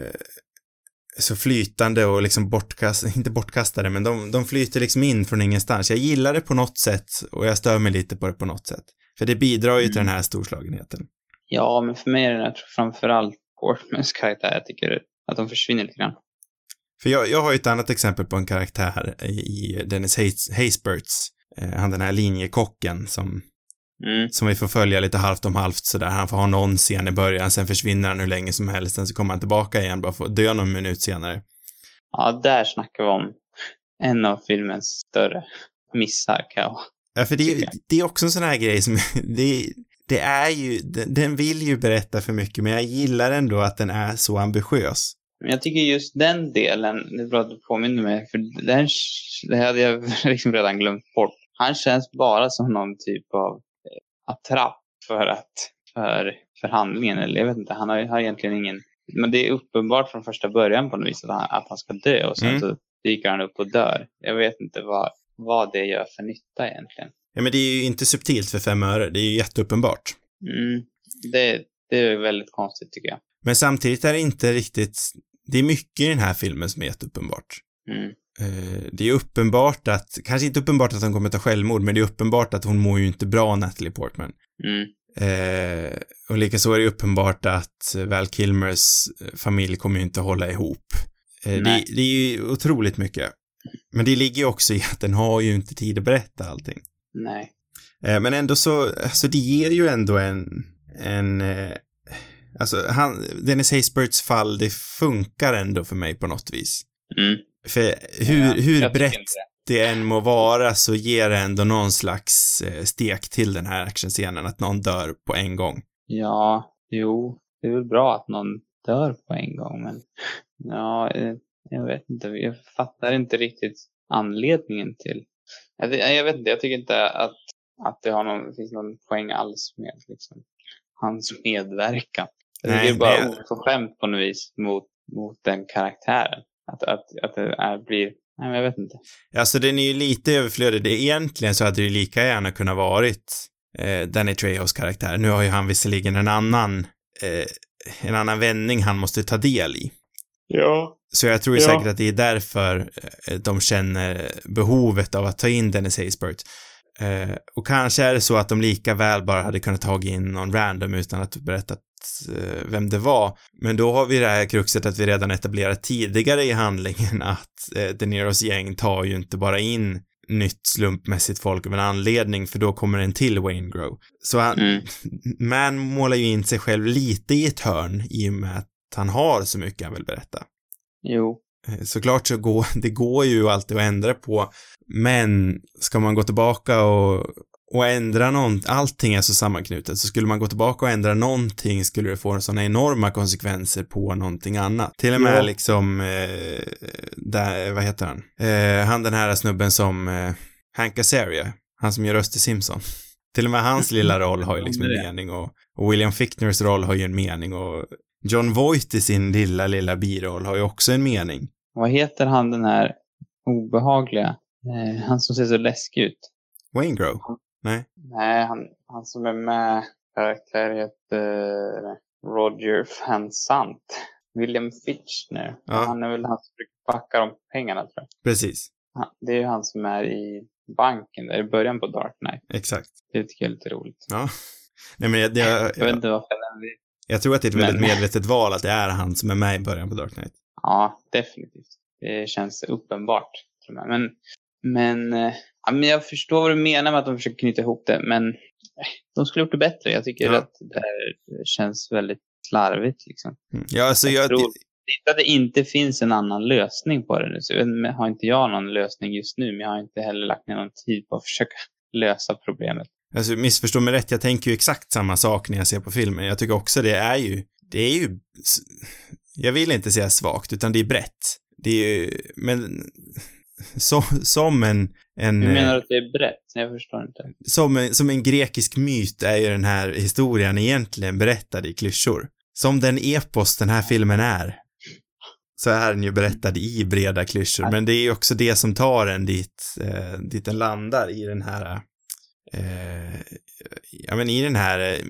så flytande och liksom bortkastade, inte bortkastade, men de, de flyter liksom in från ingenstans. Jag gillar det på något sätt och jag stör mig lite på det på något sätt. För det bidrar ju mm. till den här storslagenheten. Ja, men för mig är det framförallt Portmans karaktär. Jag tycker att de försvinner lite grann. För jag, jag har ju ett annat exempel på en karaktär i Dennis Haysberts. Eh, han den här linjekocken som, mm. som vi får följa lite halvt om halvt sådär. Han får ha någon scen i början, sen försvinner han hur länge som helst. Sen så kommer han tillbaka igen, bara för att dö någon minut senare. Ja, där snackar vi om en av filmens större missar, kan jag. Ja, för det, det är också en sån här grej som, det, det är ju, den, den vill ju berätta för mycket, men jag gillar ändå att den är så ambitiös. Men jag tycker just den delen, det är bra att du påminner mig, för den, det hade jag liksom redan glömt bort. Han känns bara som någon typ av attrapp för att, för förhandlingen, eller jag vet inte, han har, har egentligen ingen, men det är uppenbart från första början på något vis att han, att han ska dö, och sen mm. så dyker han upp och dör. Jag vet inte vad vad det gör för nytta egentligen. Ja, men det är ju inte subtilt för fem öre. Det är ju jätteuppenbart. Mm, det, det är väldigt konstigt tycker jag. Men samtidigt är det inte riktigt, det är mycket i den här filmen som är jätteuppenbart. Mm. Eh, det är uppenbart att, kanske inte uppenbart att hon kommer ta självmord, men det är uppenbart att hon mår ju inte bra, Natalie Portman. Mm. Eh, och likaså är det uppenbart att Val Kilmers familj kommer ju inte hålla ihop. Eh, det, det är ju otroligt mycket. Men det ligger ju också i att den har ju inte tid att berätta allting. Nej. Eh, men ändå så, alltså det ger ju ändå en, en eh, alltså han, Dennis Haysberts fall, det funkar ändå för mig på något vis. Mm. För hur, ja, hur brett det. det än må vara så ger det ändå någon slags eh, stek till den här actionscenen, att någon dör på en gång. Ja, jo, det är väl bra att någon dör på en gång, men ja, eh. Jag vet inte, jag fattar inte riktigt anledningen till. Jag, jag vet inte, jag tycker inte att, att det har någon, finns någon poäng alls med liksom, hans medverkan. Nej, det är bara oförskämt på något vis mot, mot den karaktären. Att, att, att det är, blir, nej men jag vet inte. Alltså den är ju lite överflödig. Det egentligen så hade det ju lika gärna kunnat varit eh, Danny Trejos karaktär. Nu har ju han visserligen en annan, eh, en annan vändning han måste ta del i. Ja. Så jag tror ju ja. säkert att det är därför de känner behovet av att ta in Dennis Haysbert. Eh, och kanske är det så att de lika väl bara hade kunnat ta in någon random utan att berätta eh, vem det var. Men då har vi det här kruxet att vi redan etablerat tidigare i handlingen att eh, De Niros gäng tar ju inte bara in nytt slumpmässigt folk av en anledning, för då kommer en till Waingro. Så han, mm. man målar ju in sig själv lite i ett hörn i och med att han har så mycket han vill berätta. Jo. Såklart så går, det går ju alltid att ändra på, men ska man gå tillbaka och, och ändra någonting, allting är så sammanknutet, så skulle man gå tillbaka och ändra någonting skulle det få sådana enorma konsekvenser på någonting annat. Till och med ja. liksom eh, där, vad heter han? Eh, han den här snubben som eh, Hank Azaria, han som gör röst i Simpson. Till och med hans lilla roll har ju liksom en mening och, och William Fichtners roll har ju en mening och John Voight i sin lilla, lilla biroll har ju också en mening. Vad heter han den här obehagliga? Eh, han som ser så läskig ut. Waingro? Nej. Nej, han, han som är med karaktär heter Roger Van Sant. William Fichtner. Ja. Han är väl han som backar om pengarna, tror jag. Precis. Han, det är ju han som är i banken där i början på Dark Knight. Exakt. Det tycker jag är lite roligt. Ja. Nej, men jag, jag, jag, jag vet inte varför den vill. Jag tror att det är ett väldigt Men... medvetet val att det är han som är med i början på Dark Knight. Ja, definitivt. Det känns uppenbart. Men, men, ja, men jag förstår vad du menar med att de försöker knyta ihop det. Men de skulle gjort det bättre. Jag tycker ja. att det här känns väldigt slarvigt. Liksom. Mm. Ja, alltså jag... jag tror inte att det inte finns en annan lösning på det nu. Så har inte jag någon lösning just nu. Men jag har inte heller lagt ner någon tid på att försöka lösa problemet. Alltså missförstå mig rätt, jag tänker ju exakt samma sak när jag ser på filmen. Jag tycker också det är ju, det är ju, jag vill inte säga svagt, utan det är brett. Det är ju, men så, som en, en... Du menar att det är brett? Jag förstår inte. Som en, som en grekisk myt är ju den här historien egentligen berättad i klyschor. Som den epos den här filmen är. Så är den ju berättad i breda klyschor. Men det är ju också det som tar en dit, eh, dit den landar i den här... Eh, ja men i den här eh,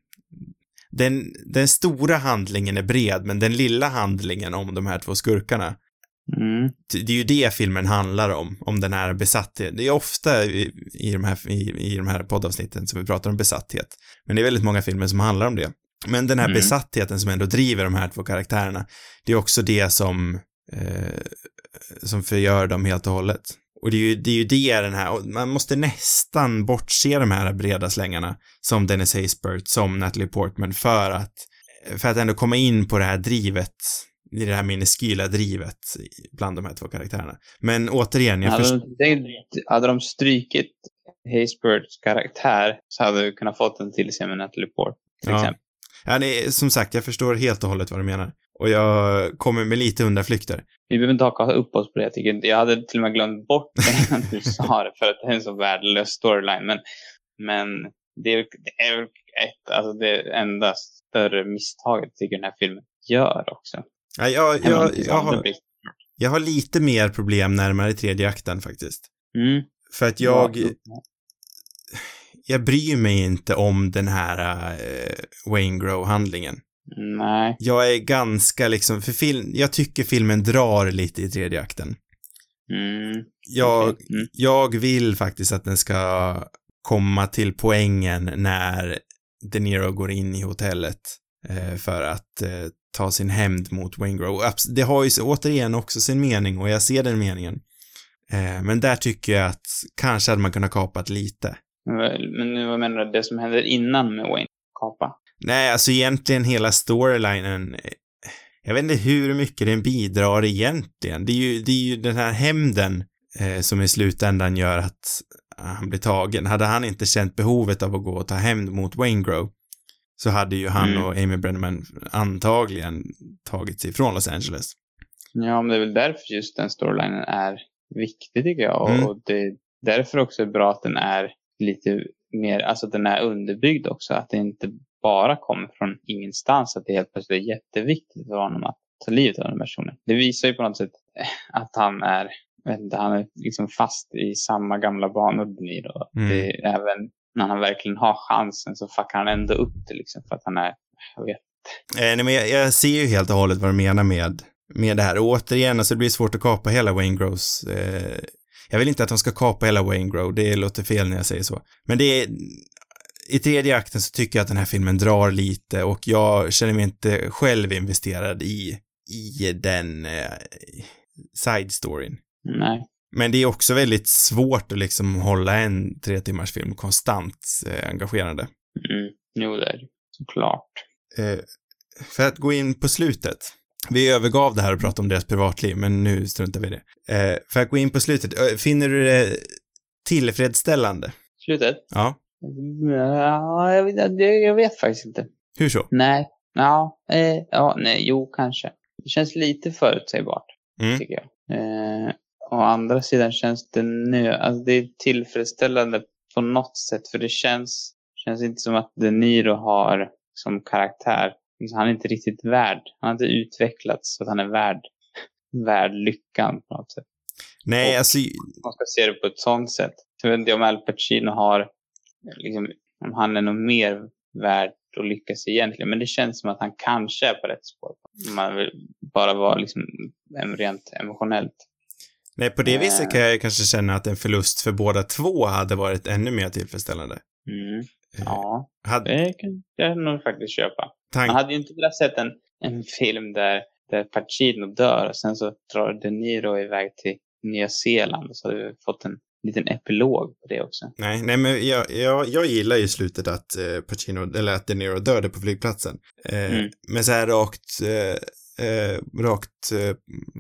den, den stora handlingen är bred, men den lilla handlingen om de här två skurkarna mm. det är ju det filmen handlar om, om den här besattheten. Det är ofta i, i, de här, i, i de här poddavsnitten som vi pratar om besatthet, men det är väldigt många filmer som handlar om det. Men den här mm. besattheten som ändå driver de här två karaktärerna, det är också det som eh, som förgör dem helt och hållet. Och det är ju det, är ju det den här, och man måste nästan bortse de här breda slängarna som Dennis Haysbert, som Natalie Portman för att, för att ändå komma in på det här drivet, i det här minneskyla drivet bland de här två karaktärerna. Men återigen, jag hade, först... de, hade de strykit Haysberts karaktär så hade du kunnat fått en till sig med Natalie Portman till ja. exempel. Ja, nej, som sagt, jag förstår helt och hållet vad du menar. Och jag kommer med lite undanflykter. Vi behöver inte haka upp oss på det. Jag, tycker, jag hade till och med glömt bort det innan du sa det. För att det är en så värdelös storyline. Men, men det är, det är ett, alltså det enda större misstaget tycker den här filmen gör också. Ja, jag, jag, jag, jag, har, jag har lite mer problem närmare tredje akten faktiskt. Mm. För att jag... Jag bryr mig inte om den här uh, Waingro-handlingen. Nej. Jag är ganska liksom, för film, jag tycker filmen drar lite i tredje akten. Mm. Jag, mm. jag vill faktiskt att den ska komma till poängen när De Niro går in i hotellet eh, för att eh, ta sin hämnd mot Waingro. Det har ju återigen också sin mening och jag ser den meningen. Eh, men där tycker jag att kanske hade man kunnat kapa lite. Men vad menar du? Det som händer innan med Wayne kapa? Nej, alltså egentligen hela storylinen, jag vet inte hur mycket den bidrar egentligen. Det är ju, det är ju den här hämnden eh, som i slutändan gör att han blir tagen. Hade han inte känt behovet av att gå och ta hämnd mot Waingro så hade ju han mm. och Amy Brenneman antagligen tagit sig från Los Angeles. Ja, men det är väl därför just den storylinen är viktig tycker jag. Mm. Och det är därför också bra att den är lite mer, alltså den är underbyggd också. Att det inte bara kommer från ingenstans, att det helt plötsligt är jätteviktigt för honom att ta livet av den personen. Det visar ju på något sätt att han är, vet inte, han är liksom fast i samma gamla banor. Mm. Det är även när han verkligen har chansen så fuckar han ändå upp det liksom, för att han är, jag vet eh, nej, men jag, jag ser ju helt och hållet vad du menar med, med det här. Och återigen, alltså det blir svårt att kapa hela Waingros eh, jag vill inte att de ska kapa hela Waingro, det låter fel när jag säger så. Men det är, i tredje akten så tycker jag att den här filmen drar lite och jag känner mig inte själv investerad i, i den eh, side storyn. Nej. Men det är också väldigt svårt att liksom hålla en tre timmars film konstant eh, engagerande. Mm. Jo, det är det. Såklart. Eh, för att gå in på slutet. Vi övergav det här och pratade om deras privatliv, men nu struntar vi i det. Eh, för att gå in på slutet, finner du det tillfredsställande? Slutet? Ja. Ja, jag vet, jag vet faktiskt inte. Hur så? Nej. Ja, eh, ja, nej, jo, kanske. Det känns lite förutsägbart, mm. tycker jag. Eh, å andra sidan känns det nu, alltså det är tillfredsställande på något sätt. För det känns, känns inte som att De Niro har som karaktär. Liksom, han är inte riktigt värd. Han har inte utvecklats så att han är värd, värd lyckan på något sätt. Nej, och alltså... man ska se det på ett sånt sätt. Jag vet inte om Al Pacino har... Liksom, om han är nog mer värd att lyckas egentligen. Men det känns som att han kanske är på rätt spår. Man vill bara vara liksom rent emotionellt. Nej, på det viset kan jag kanske känna att en förlust för båda två hade varit ännu mer tillfredsställande. Mm. Ja, hade... det kan jag nog faktiskt köpa. Tank... Man hade ju inte velat sett en, en film där, där Pacino dör och sen så drar De Niro iväg till Nya Zeeland och så hade vi fått en liten epilog på det också. Nej, nej men jag, jag, jag gillar ju slutet att eh, Pacino, eller att De Niro döde på flygplatsen. Eh, mm. Men så här rakt, eh, eh, rakt eh,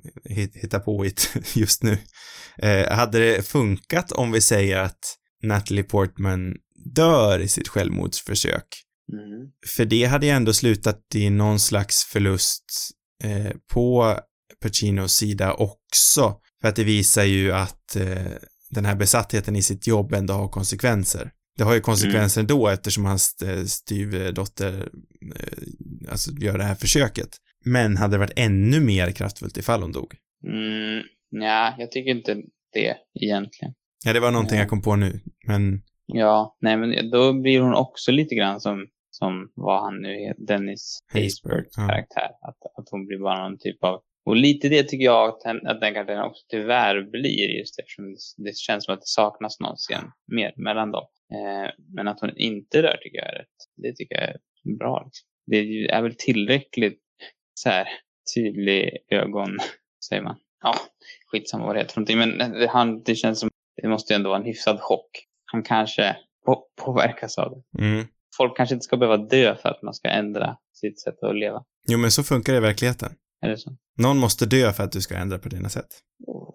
hitta på it just nu. Eh, hade det funkat om vi säger att Natalie Portman dör i sitt självmordsförsök? Mm. För det hade ju ändå slutat i någon slags förlust eh, på Pacinos sida också. För att det visar ju att eh, den här besattheten i sitt jobb ändå har konsekvenser. Det har ju konsekvenser mm. då eftersom hans styvdotter eh, alltså gör det här försöket. Men hade det varit ännu mer kraftfullt ifall hon dog? Mm, ja, jag tycker inte det egentligen. Ja, det var någonting mm. jag kom på nu, men... Ja, nej men då blir hon också lite grann som, som vad han nu är, Dennis Haysberts ja. karaktär. Att, att hon blir bara någon typ av... Och lite det tycker jag att, den, att den karaktären också tyvärr blir just eftersom det, det känns som att det saknas någon scen mer mellan dem. Eh, men att hon inte dör tycker jag är rätt. Det tycker jag är bra. Liksom. Det är, ju, är väl tillräckligt så här tydlig ögon, säger man. Ja, skitsamma vad det heter för någonting. Men det, han, det känns som det måste ju ändå vara en hyfsad chock. Han kanske på, påverkas av det. Mm. Folk kanske inte ska behöva dö för att man ska ändra sitt sätt att leva. Jo, men så funkar det i verkligheten. Är det så? Någon måste dö för att du ska ändra på dina sätt. Oh,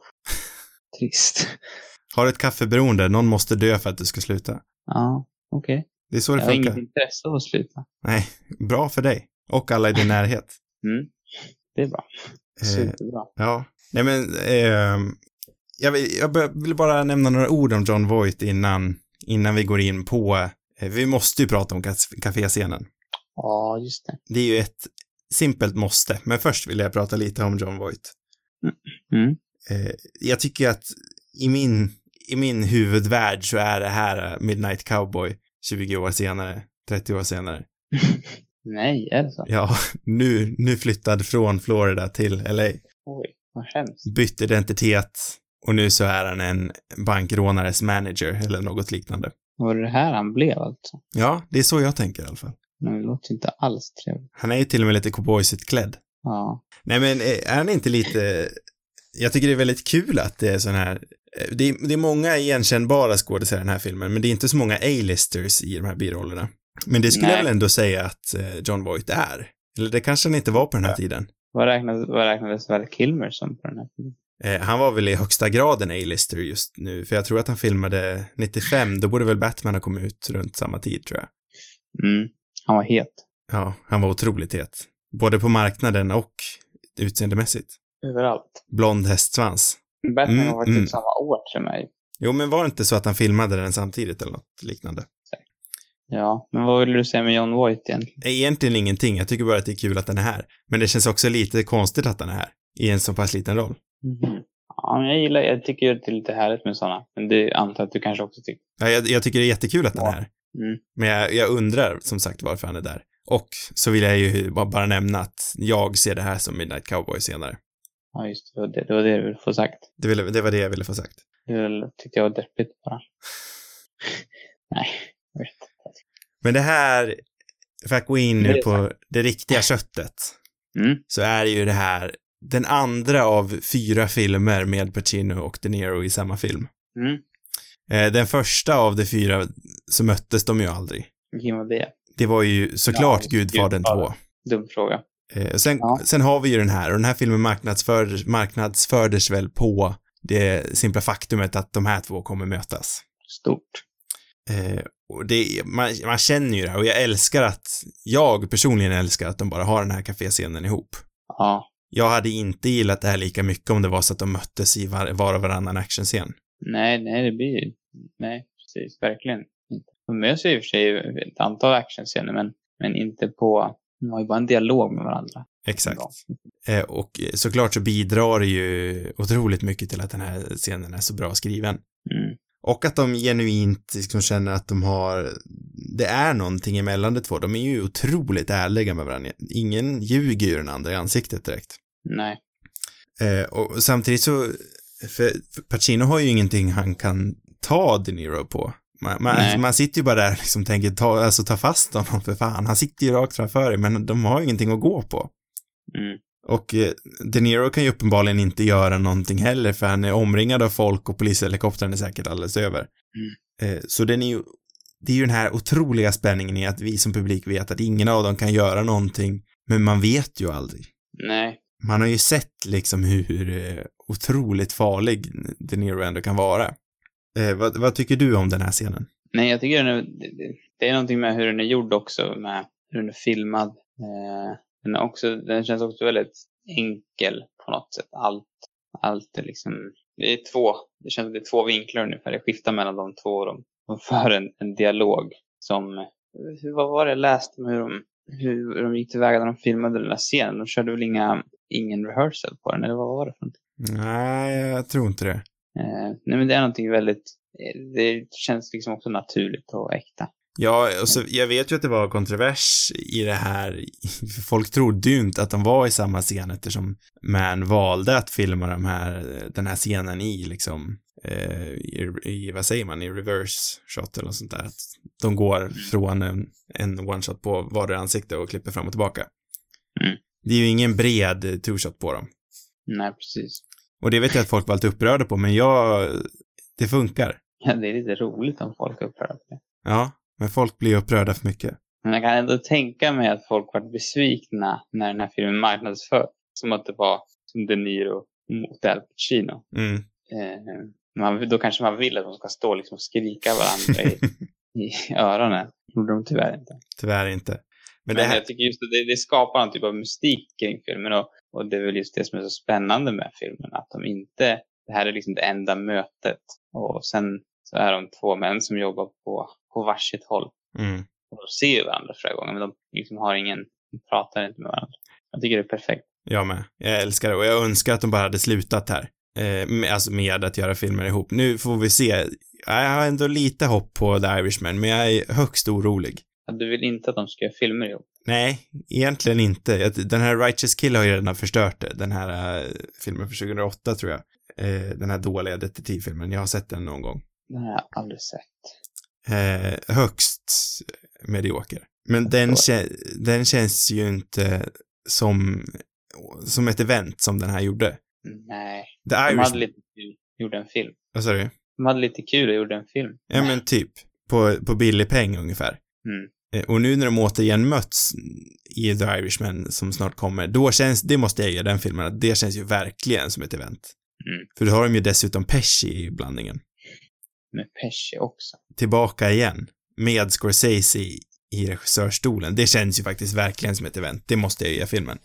trist. Har du ett kaffeberoende, någon måste dö för att du ska sluta. Ja, okej. Okay. Det är så det jag funkar. Jag har inget intresse av att sluta. Nej, bra för dig. Och alla i din närhet. Mm, det är bra. Superbra. Eh, ja, nej men eh, jag, vill, jag vill bara nämna några ord om Jon Voight innan, innan vi går in på, eh, vi måste ju prata om kaféscenen. Ja, just det. Det är ju ett simpelt måste, men först vill jag prata lite om Jon Voight. Mm. Eh, jag tycker att i min, i min huvudvärld så är det här Midnight Cowboy tjugo år senare, trettio år senare. Nej, är det så? Ja, nu, nu flyttad från Florida till L A. Oj, vad hemskt. Bytt identitet och nu så är han en bankrånares manager eller något liknande. Var det här han blev alltså? Ja, det är så jag tänker i alla fall. Men det låter inte alls trevligt. Han är ju till och med lite cowboysigt klädd. Ja. Nej, men är han inte lite... Jag tycker det är väldigt kul att det är sån här... Det är, det är många igenkännbara skådespelare i den här filmen, men det är inte så många A-listers i de här birollerna. Men det skulle Nej. jag väl ändå säga att Jon Voight är. Eller det kanske han inte var på den här ja. tiden. Vad räknades, vad räknades Val Kilmer som på den här tiden? Eh, han var väl i högsta grad en A-lister just nu. För jag tror att han filmade nittiofem. Då borde väl Batman ha kommit ut runt samma tid, tror jag. Mm. Han var het. Ja, han var otroligt het. Både på marknaden och utseendemässigt. Överallt. Blond hästsvans. Batman mm, var typ mm. samma år som mig. Jo, men var det inte så att han filmade den samtidigt eller något liknande? Ja, men vad vill du säga med Jon Voight egentligen? Egentligen ingenting. Jag tycker bara att det är kul att den är här. Men det känns också lite konstigt att den är här. I en så pass liten roll. Mm. Ja, men jag gillar, jag tycker det är lite härligt med sådana. Men det antar att du kanske också tycker. Ja, jag, jag tycker det är jättekul att den är här. Mm. Men jag, jag undrar som sagt varför han är där. Och så vill jag ju bara nämna att jag ser det här som Midnight Cowboy senare. Ja, just det. Det, det var det du ville få sagt. Det, ville, det var det jag ville få sagt. Det tyckte jag var deppigt bara. Nej, jag vet inte. Men det här, för att gå in nu på det riktiga köttet, mm. så är ju det här den andra av fyra filmer med Pacino och De Niro i samma film. Mm. Eh, den första av de fyra så möttes de ju aldrig. Vilken var det? Det var ju såklart ja, Gudfadern två. Dum fråga. Eh, sen, ja. sen har vi ju den här, och den här filmen marknadsför, marknadsfördes väl på det simpla faktumet att de här två kommer mötas. Stort. Eh, och det, man, man känner ju det här, och jag älskar att, jag personligen älskar att de bara har den här kaféscenen ihop. Ja. Jag hade inte gillat det här lika mycket om det var så att de möttes i var, var och varannan actionscen. Nej, nej, det blir ju, nej, precis. Verkligen inte. De möts ju i och för sig ett antal actionscener, men, men inte på... De har ju bara en dialog med varandra. Exakt. Eh, och såklart så bidrar det ju otroligt mycket till att den här scenen är så bra skriven. Mm. Och att de genuint liksom känner att de har... Det är någonting emellan de två. De är ju otroligt ärliga med varandra. Ingen ljuger ju den andra i ansiktet direkt. Nej. Eh, och samtidigt så... För Pacino har ju ingenting han kan ta De Niro på. Man, man, man sitter ju bara där och liksom tänker ta, alltså, ta fast honom för fan. Han sitter ju rakt framför dig, men de har ju ingenting att gå på. Mm. Och eh, De Niro kan ju uppenbarligen inte göra någonting heller, för han är omringad av folk och polishelikoptern är säkert alldeles över. Mm. Eh, så den är ju, det är ju den här otroliga spänningen i att vi som publik vet att ingen av dem kan göra någonting, men man vet ju aldrig. Nej. Man har ju sett liksom hur eh, otroligt farlig De Niro ändå kan vara. Eh, vad, vad tycker du om den här scenen? Nej, jag tycker den är, det, det är någonting med hur den är gjord också, med hur den är filmad. Eh, den, är också, den känns också väldigt enkel på något sätt. Allt, allt är liksom, det är två, det känns som det är två vinklar ungefär. Det skiftar mellan de två och de, de för en, en dialog som, hur, vad var det jag läste om hur de, hur de gick tillväga när de filmade den här scenen? De körde väl inga, ingen rehearsal på den, eller vad var det för någonting? Nej, jag tror inte det. Eh, nej, men det är någonting väldigt, det känns liksom också naturligt och äkta. Ja, och så, jag vet ju att det var kontrovers i det här. Folk trodde ju inte att de var i samma scen eftersom man valde att filma de här, den här scenen i liksom, eh, i, i, vad säger man, i reverse shot eller något sånt där. Att de går från en, en one shot på vardera ansikte och klipper fram och tillbaka. Mm. Det är ju ingen bred two shot på dem. Nej, precis. Och det vet jag att folk var lite upprörda på, men jag, det funkar. Ja, det är lite roligt om folk är upprörda på det. Ja, men folk blir upprörda för mycket. Men jag kan ändå tänka mig att folk var besvikna när den här filmen marknadsför. Som att det var som De Niro mot Al Pacino. Mm. Eh, man, då kanske man vill att de ska stå liksom och skrika varandra i, i öronen. Det gjorde de tyvärr inte. Tyvärr inte. Men, Men det här... jag tycker just att det, det skapar en typ av mystik kring filmen. Och, och det är väl just det som är så spännande med filmen. Att de inte, det här är liksom det enda mötet. Och sen så är de två män som jobbar på, på varsitt håll. Mm. Och de ser ju varandra flera gånger, men de liksom har ingen, de pratar inte med varandra. Jag tycker det är perfekt. Jag med. Jag älskar det och jag önskar att de bara hade slutat här. Eh, med, alltså med att göra filmer ihop. Nu får vi se. Jag har ändå lite hopp på The Irishman, men jag är högst orolig. Du vill inte att de ska göra filmer ihop? Nej, egentligen inte. Den här Righteous Kill har ju redan förstört det. Den här uh, filmen för tjugohundraåtta tror jag. Uh, den här dåliga detektivfilmen. Jag har sett den någon gång. Den har jag aldrig sett. Uh, högst medioker. Men den, kä- den känns ju inte som, som ett event som den här gjorde. Nej. The Irishman. De hade lite kul, gjorde en film. Vad sa du? De hade lite kul och gjorde en film. Ja, men typ. På, på billig peng ungefär. Mm. Och nu när de återigen möts i The Irishman som snart kommer, då känns, det måste jag ge den filmen, att det känns ju verkligen som ett event. Mm. För då har de ju dessutom Pesci i blandningen. Med Pesci också. Tillbaka igen, med Scorsese i, i regissörstolen. Det känns ju faktiskt verkligen som ett event. Det måste jag ge filmen.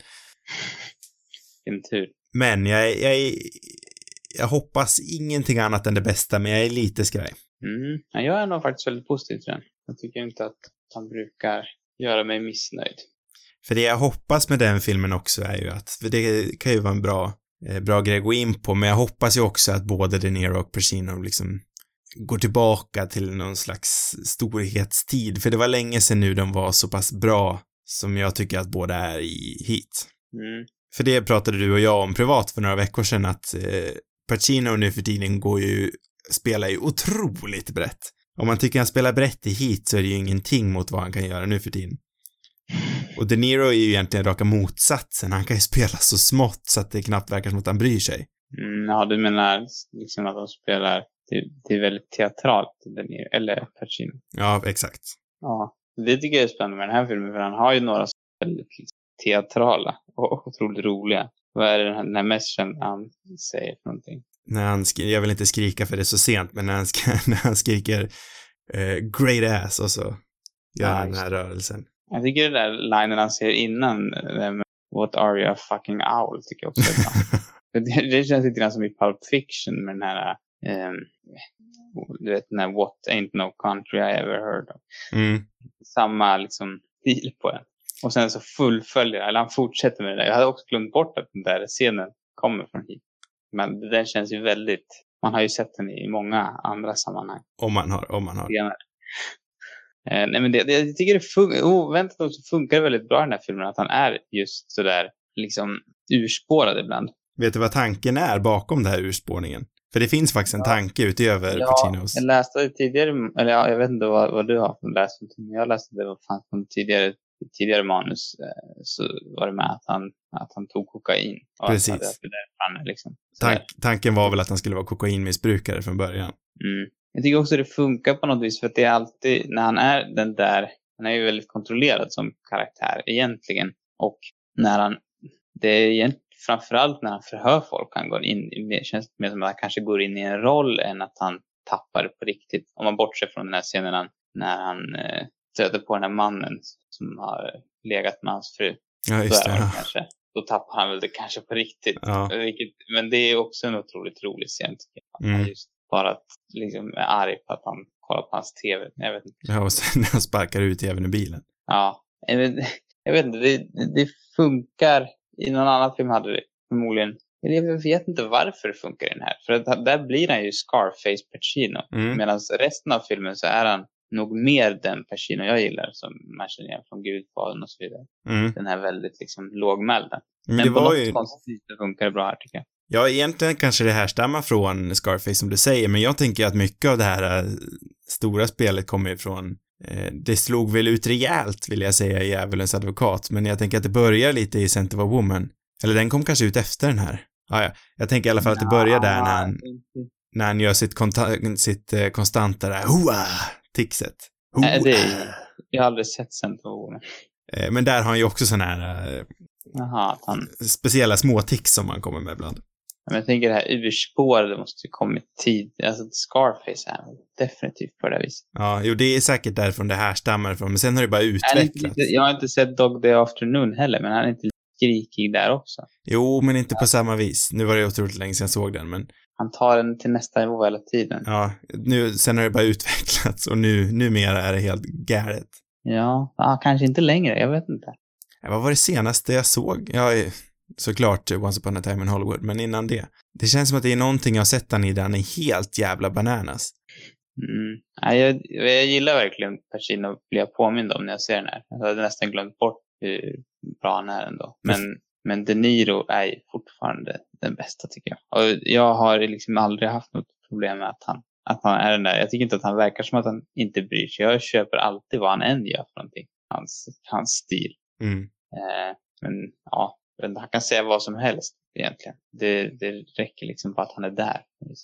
En tur. Men jag, jag, jag hoppas ingenting annat än det bästa, men jag är lite skraj. Mm. Ja, jag är nog faktiskt väldigt positiv till den. Jag tycker inte att han brukar göra mig missnöjd. För det jag hoppas med den filmen också är ju att, för det kan ju vara en bra, eh, bra grej att gå in på, men jag hoppas ju också att både De Niro och Pacino liksom går tillbaka till någon slags storhetstid, för det var länge sedan nu de var så pass bra som jag tycker att båda är i Heat. Mm. För det pratade du och jag om privat för några veckor sedan, att eh, Pacino nu för tiden går ju, spelar ju otroligt brett. Om man tycker han spelar brett i Heat så är det ju ingenting mot vad han kan göra nu för tiden. Och De Niro är ju egentligen raka motsatsen. Han kan ju spela så smått så att det knappt verkar som att han bryr sig. Mm, ja, du menar liksom att de spelar, det, det är väldigt teatralt, De Niro, eller Pacino. Ja, exakt. Ja, det tycker jag är spännande med den här filmen, för han har ju några väldigt teatrala och otroligt roliga. Vad är det den här, den här messagen han säger för någonting? När han skri- jag vill inte skrika för det är så sent, men när han, sk- när han skriker eh, great ass och så gör Ja, han den just här rörelsen. Jag tycker det där linen han säger innan, eh, med, what are you a fucking owl, tycker jag också är bra. det, det känns lite grann som i Pulp Fiction med den här, eh, du vet, den här What Ain't No Country I Ever Heard of. Mm. Samma liksom stil på den. Och sen så fullföljer, eller han fortsätter med det där. Jag hade också glömt bort att den där scenen kommer från hit. Men den känns ju väldigt, man har ju sett den i många andra sammanhang. Om man har, om man har. Eh, nej men det, det, jag tycker det fun- oväntat också funkar det väldigt bra i den här filmen. Att han är just sådär liksom urspårad ibland. Vet du vad tanken är bakom den här urspårningen? För det finns faktiskt en tanke utöver ja, Pacinos. Jag läste det tidigare, eller ja, jag vet inte vad, vad du har för läst. Men jag läste det vad fanns från tidigare, tidigare manus. Eh, så var det med att han, att han tog kokain. Och Precis. Att det där framme, liksom. Tank, tanken var väl att han skulle vara kokainmissbrukare från början. Mm. Jag tycker också det funkar på något vis. För att det är alltid, när han är den där, han är ju väldigt kontrollerad som karaktär egentligen. Och när han, det är egentligen framförallt när han förhör folk, han går in, det känns mer som att han kanske går in i en roll än att han tappar på riktigt. Om man bortser från den här scenen när, när han eh, stöter på den här mannen som har legat med hans fru. Ja, just det. Ja. Kanske. Då tappar han väl det kanske på riktigt. Ja. Vilket, men det är också en otroligt rolig scen. Mm. Han just bara liksom är arg på att han kollar på hans tv. Jag vet inte. Ja, och sen när han sparkar ut även i bilen. Ja, jag vet, jag vet inte. Det, det funkar. I någon annan film hade det förmodligen, jag vet inte varför det funkar i den här. För att där blir han ju Scarface Pacino. Mm. Medan resten av filmen så är han nog mer den Pacino jag gillar. Som man känner igen från Gudfadern och så vidare. Mm. Den här väldigt liksom lågmälda. Men, Men på något ju... konstigt funkar det bra här tycker jag. Ja, egentligen kanske det här stammar från Scarface som du säger. Men jag tänker att mycket av det här äh, stora spelet kommer ifrån eh, det slog väl ut rejält vill jag säga i Djävulens advokat. Men jag tänker att det börjar lite i Scent of a Woman. Eller den kom kanske ut efter den här. Ah, ja. Jag tänker i alla fall att det börjar där när han, när han gör sitt, konta- sitt eh, konstanta där, hoa, tixet. Hoa. Nej, det är, jag har aldrig sett Scent of a Woman. Eh, men där har han ju också sån här eh, Aha, han... speciella små tics som han kommer med ibland. Men jag tänker det här urspåret måste ju kommit tid. Alltså Scarface är definitivt på det här viset. Ja, jo det är säkert därifrån det här stammar ifrån. Men sen har det bara utvecklats. Jag har inte sett Dog Day Afternoon heller. Men han är inte skrikig där också. Jo, men inte ja. På samma vis. Nu var det otroligt länge sedan jag såg den. Men... Han tar den till nästa nivå hela tiden. Ja, nu, sen har det bara utvecklats. Och nu, numera är det helt galet. Ja, ja kanske inte längre. Jag vet inte. Ja, vad var det senaste jag såg? Ja, såklart Once Upon a Time in Hollywood, men innan det. Det känns som att det är någonting jag har sett den i den är helt jävla bananas. Mm. Ja, jag, jag gillar verkligen Pacino blir jag påmind om när jag ser den här. Jag hade nästan glömt bort hur bra han är ändå. Men, men De Niro är ju fortfarande den bästa tycker jag. Och jag har liksom aldrig haft något problem med att han, att han är den där. Jag tycker inte att han verkar som att han inte bryr sig. Jag köper alltid vad han än gör för någonting. Hans, hans stil. Mm. Eh, men ja, han kan säga vad som helst egentligen. Det, det räcker liksom på att han är där.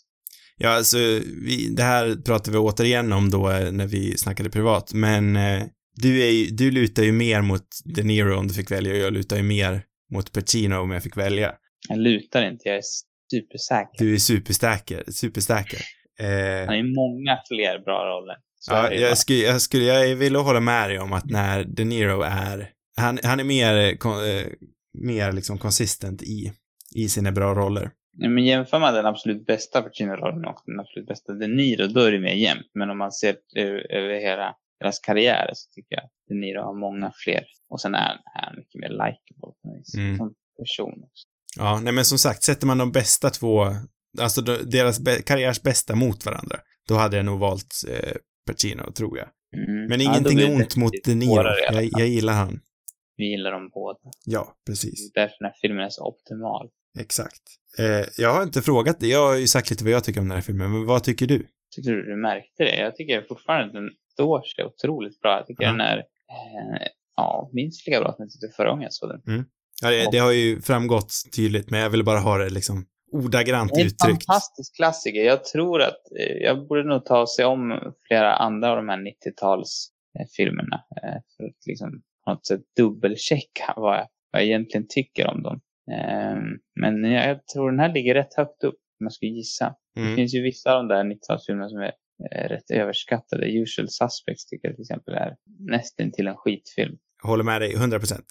Ja, alltså vi, det här pratar vi återigen om då när vi snackade privat. Men eh, du, är ju, du lutar ju mer mot De Niro om du fick välja. Och jag lutar ju mer mot Pacino om jag fick välja. Jag lutar inte, jag är supersäker. Du är supersäker, supersäker. Eh, han är många fler bra roller. Så ja, jag skulle, jag skulle, jag vill hålla med dig om att när De Niro är, han, han är mer, kon, eh, mer liksom konsistent i, i sina bra roller. Ja, men jämför man den absolut bästa Pacino-rollen och den absolut bästa De Niro, då är det mer jämnt. Men om man ser över, över hela deras karriär så tycker jag att De Niro har många fler. Och sen är han mycket mer likeable mm. som person också. Ja, nej men som sagt, sätter man de bästa två, alltså deras be- karriärs bästa mot varandra, då hade jag nog valt eh, Pacino, tror jag. Mm. Men ingenting ja, ont mot De Niro. Jag, jag gillar han. Vi gillar dem båda. Ja, precis. Det är därför den här filmen är så optimal. Exakt. Eh, jag har inte frågat det. Jag har ju sagt lite vad jag tycker om den här filmen. Men vad tycker du? Tycker du du märkte det? Jag tycker fortfarande att den står sig otroligt bra. Jag tycker ja. den är eh, ja, minst lika bra som jag tyckte förra gången jag såg den. Mm. Ja, det, det har ju framgått tydligt. Men jag vill bara ha det liksom ordagrant uttryckt. Det är en fantastisk klassiker. Jag tror att eh, jag borde nog ta sig om flera andra av de här nittio-tals eh, filmerna. Eh, för att liksom på något sätt dubbelchecka vad jag, vad jag egentligen tycker om dem. Um, men jag, jag tror den här ligger rätt högt upp om man ska gissa. Mm. Det finns ju vissa av de där nittio-talsfilmerna som är eh, rätt överskattade. Usual Suspects tycker jag till exempel är nästan till en skitfilm. Jag håller med dig, hundra procent.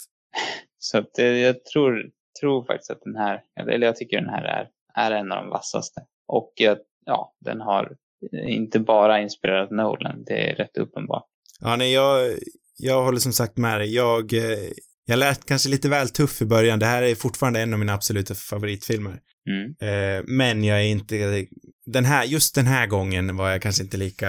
Så att, eh, jag tror, tror faktiskt att den här, eller jag tycker den här är, är en av de vassaste. Och eh, ja, den har inte bara inspirerat Nolan. Det är rätt uppenbart. Ja, nej, jag, jag håller som sagt med dig. Jag, jag lät kanske lite väl tuff i början. Det här är fortfarande en av mina absoluta favoritfilmer. Mm. Eh, men jag är inte... Den här, just den här gången var jag kanske inte lika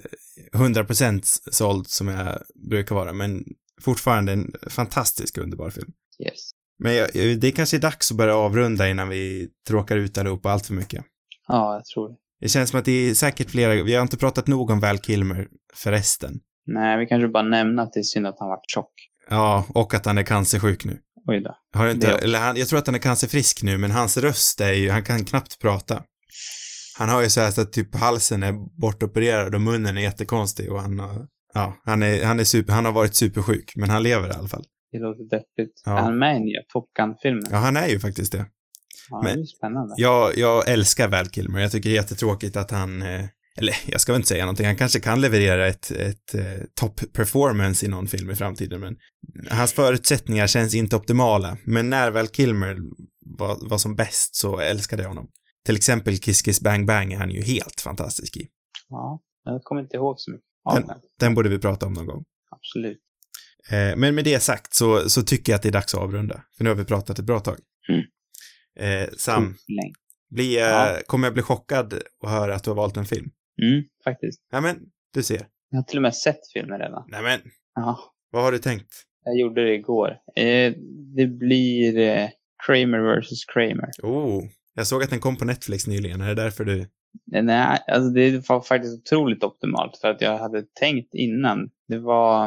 hundra procent såld som jag brukar vara. Men fortfarande en fantastisk underbar film. Yes. Men jag, det kanske är dags att börja avrunda innan vi tråkar ut allihopa allt för mycket. Ja, jag tror det. Det känns som att det är säkert flera... Vi har inte pratat nog om Val Kilmer förresten. Nej, vi kanske bara nämna att det är synd att han varit tjock. Ja, och att han är cancersjuk nu. Oj då. Har inte, eller han, jag tror att han är cancerfrisk nu, men hans röst är ju... Han kan knappt prata. Han har ju så här så att typ halsen är bortopererad och munnen är jättekonstig och han har... Ja, han, är, han, är super, han har varit supersjuk, men han lever i alla fall. Det låter deppigt. Ja. Är han med i nya Top Gun-filmen? Ja, han är ju faktiskt det. Ja, men det är spännande. Jag, jag älskar Val Kilmer. Jag tycker det är jättetråkigt att han... Eh, eller, jag ska väl inte säga någonting. Han kanske kan leverera ett, ett eh, top-performance i någon film i framtiden, men hans förutsättningar känns inte optimala. Men när Val Kilmer var, var som bäst så älskade jag honom. Till exempel Kiss Kiss Bang Bang är han ju helt fantastisk i. Ja, jag kommer inte ihåg så mycket av Den, den. den borde vi prata om någon gång. Absolut. Eh, men med det sagt så, så tycker jag att det är dags att avrunda. För nu har vi pratat ett bra tag. Mm. Eh, Sam, bli, eh, Ja. kommer jag bli chockad och höra att du har valt en film? Mm, faktiskt. Ja, men du ser. Jag har till och med sett filmen redan. Nej, men Ja, vad har du tänkt? jag gjorde det igår. Eh, det blir eh, Kramer versus Kramer. Oh, jag såg att den kom på Netflix nyligen. Är det därför du... Nej, alltså det var faktiskt otroligt optimalt för att jag hade tänkt innan. Det var...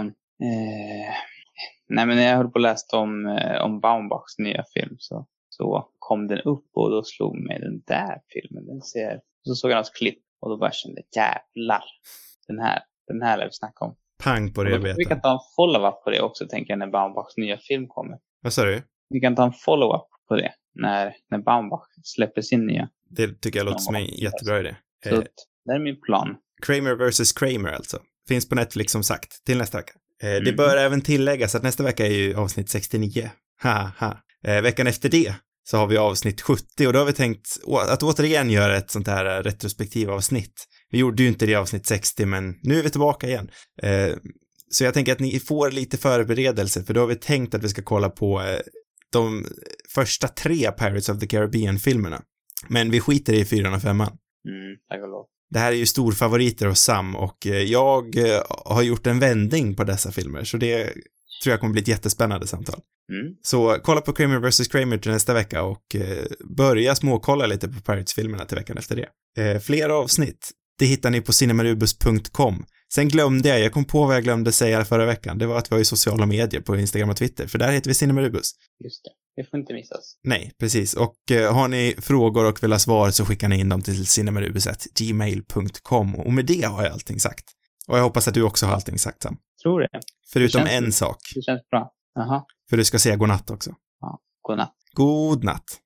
Eh, nej, men när jag höll på att läsa om, eh, om Baumbachs nya film så, så kom den upp och då slog mig den där filmen. Den ser... Så såg jag något klipp och då bara kände jävlar. Den här, den här lär vi snacka om. Pang på det jag vet. Vi kan ta en follow-up på det också, tänker jag, när Baumbachs nya film kommer. Vad sa du? Vi kan ta en follow-up på det när, när Baumbach släpper sin nya. Det tycker jag låter som en jättebra idé. Så eh, det är min plan. Kramer versus Kramer alltså. Finns på Netflix som sagt, till nästa vecka. Eh, mm. Det bör även tilläggas att nästa vecka är ju avsnitt sextionio. Haha. Eh, veckan efter det så har vi avsnitt sjuttio och då har vi tänkt att återigen göra ett sånt här retrospektiv avsnitt. Vi gjorde ju inte det i avsnitt sextio, men nu är vi tillbaka igen. Eh, så jag tänker att ni får lite förberedelse, för då har vi tänkt att vi ska kolla på eh, de första tre Pirates of the Caribbean-filmerna. Men vi skiter i fyran och femman. Mm, tack och lov. Det här är ju storfavoriter hos Sam och eh, jag eh, har gjort en vändning på dessa filmer, så det tror jag kommer bli ett jättespännande samtal. Mm. Så kolla på Kramer versus Kramer till nästa vecka och eh, börja småkolla lite på Pirates-filmerna till veckan efter det. Eh, fler avsnitt, det hittar ni på cinemarubus punkt com. Sen glömde jag, jag kom på vad jag glömde säga förra veckan. Det var att vi har i sociala medier på Instagram och Twitter, för där heter vi Cinemarubus. Just det, det får inte missas. Nej, precis. Och eh, har ni frågor och vill ha svar så skickar ni in dem till cinemarubus snabel-a gmail punkt com. Och med det har jag allting sagt. Och jag hoppas att du också har allting sagt, Sam. Tror det. Förutom det känns, en sak. Det känns bra. Jaha. För du ska säga godnatt också. Ja, godnatt. God natt.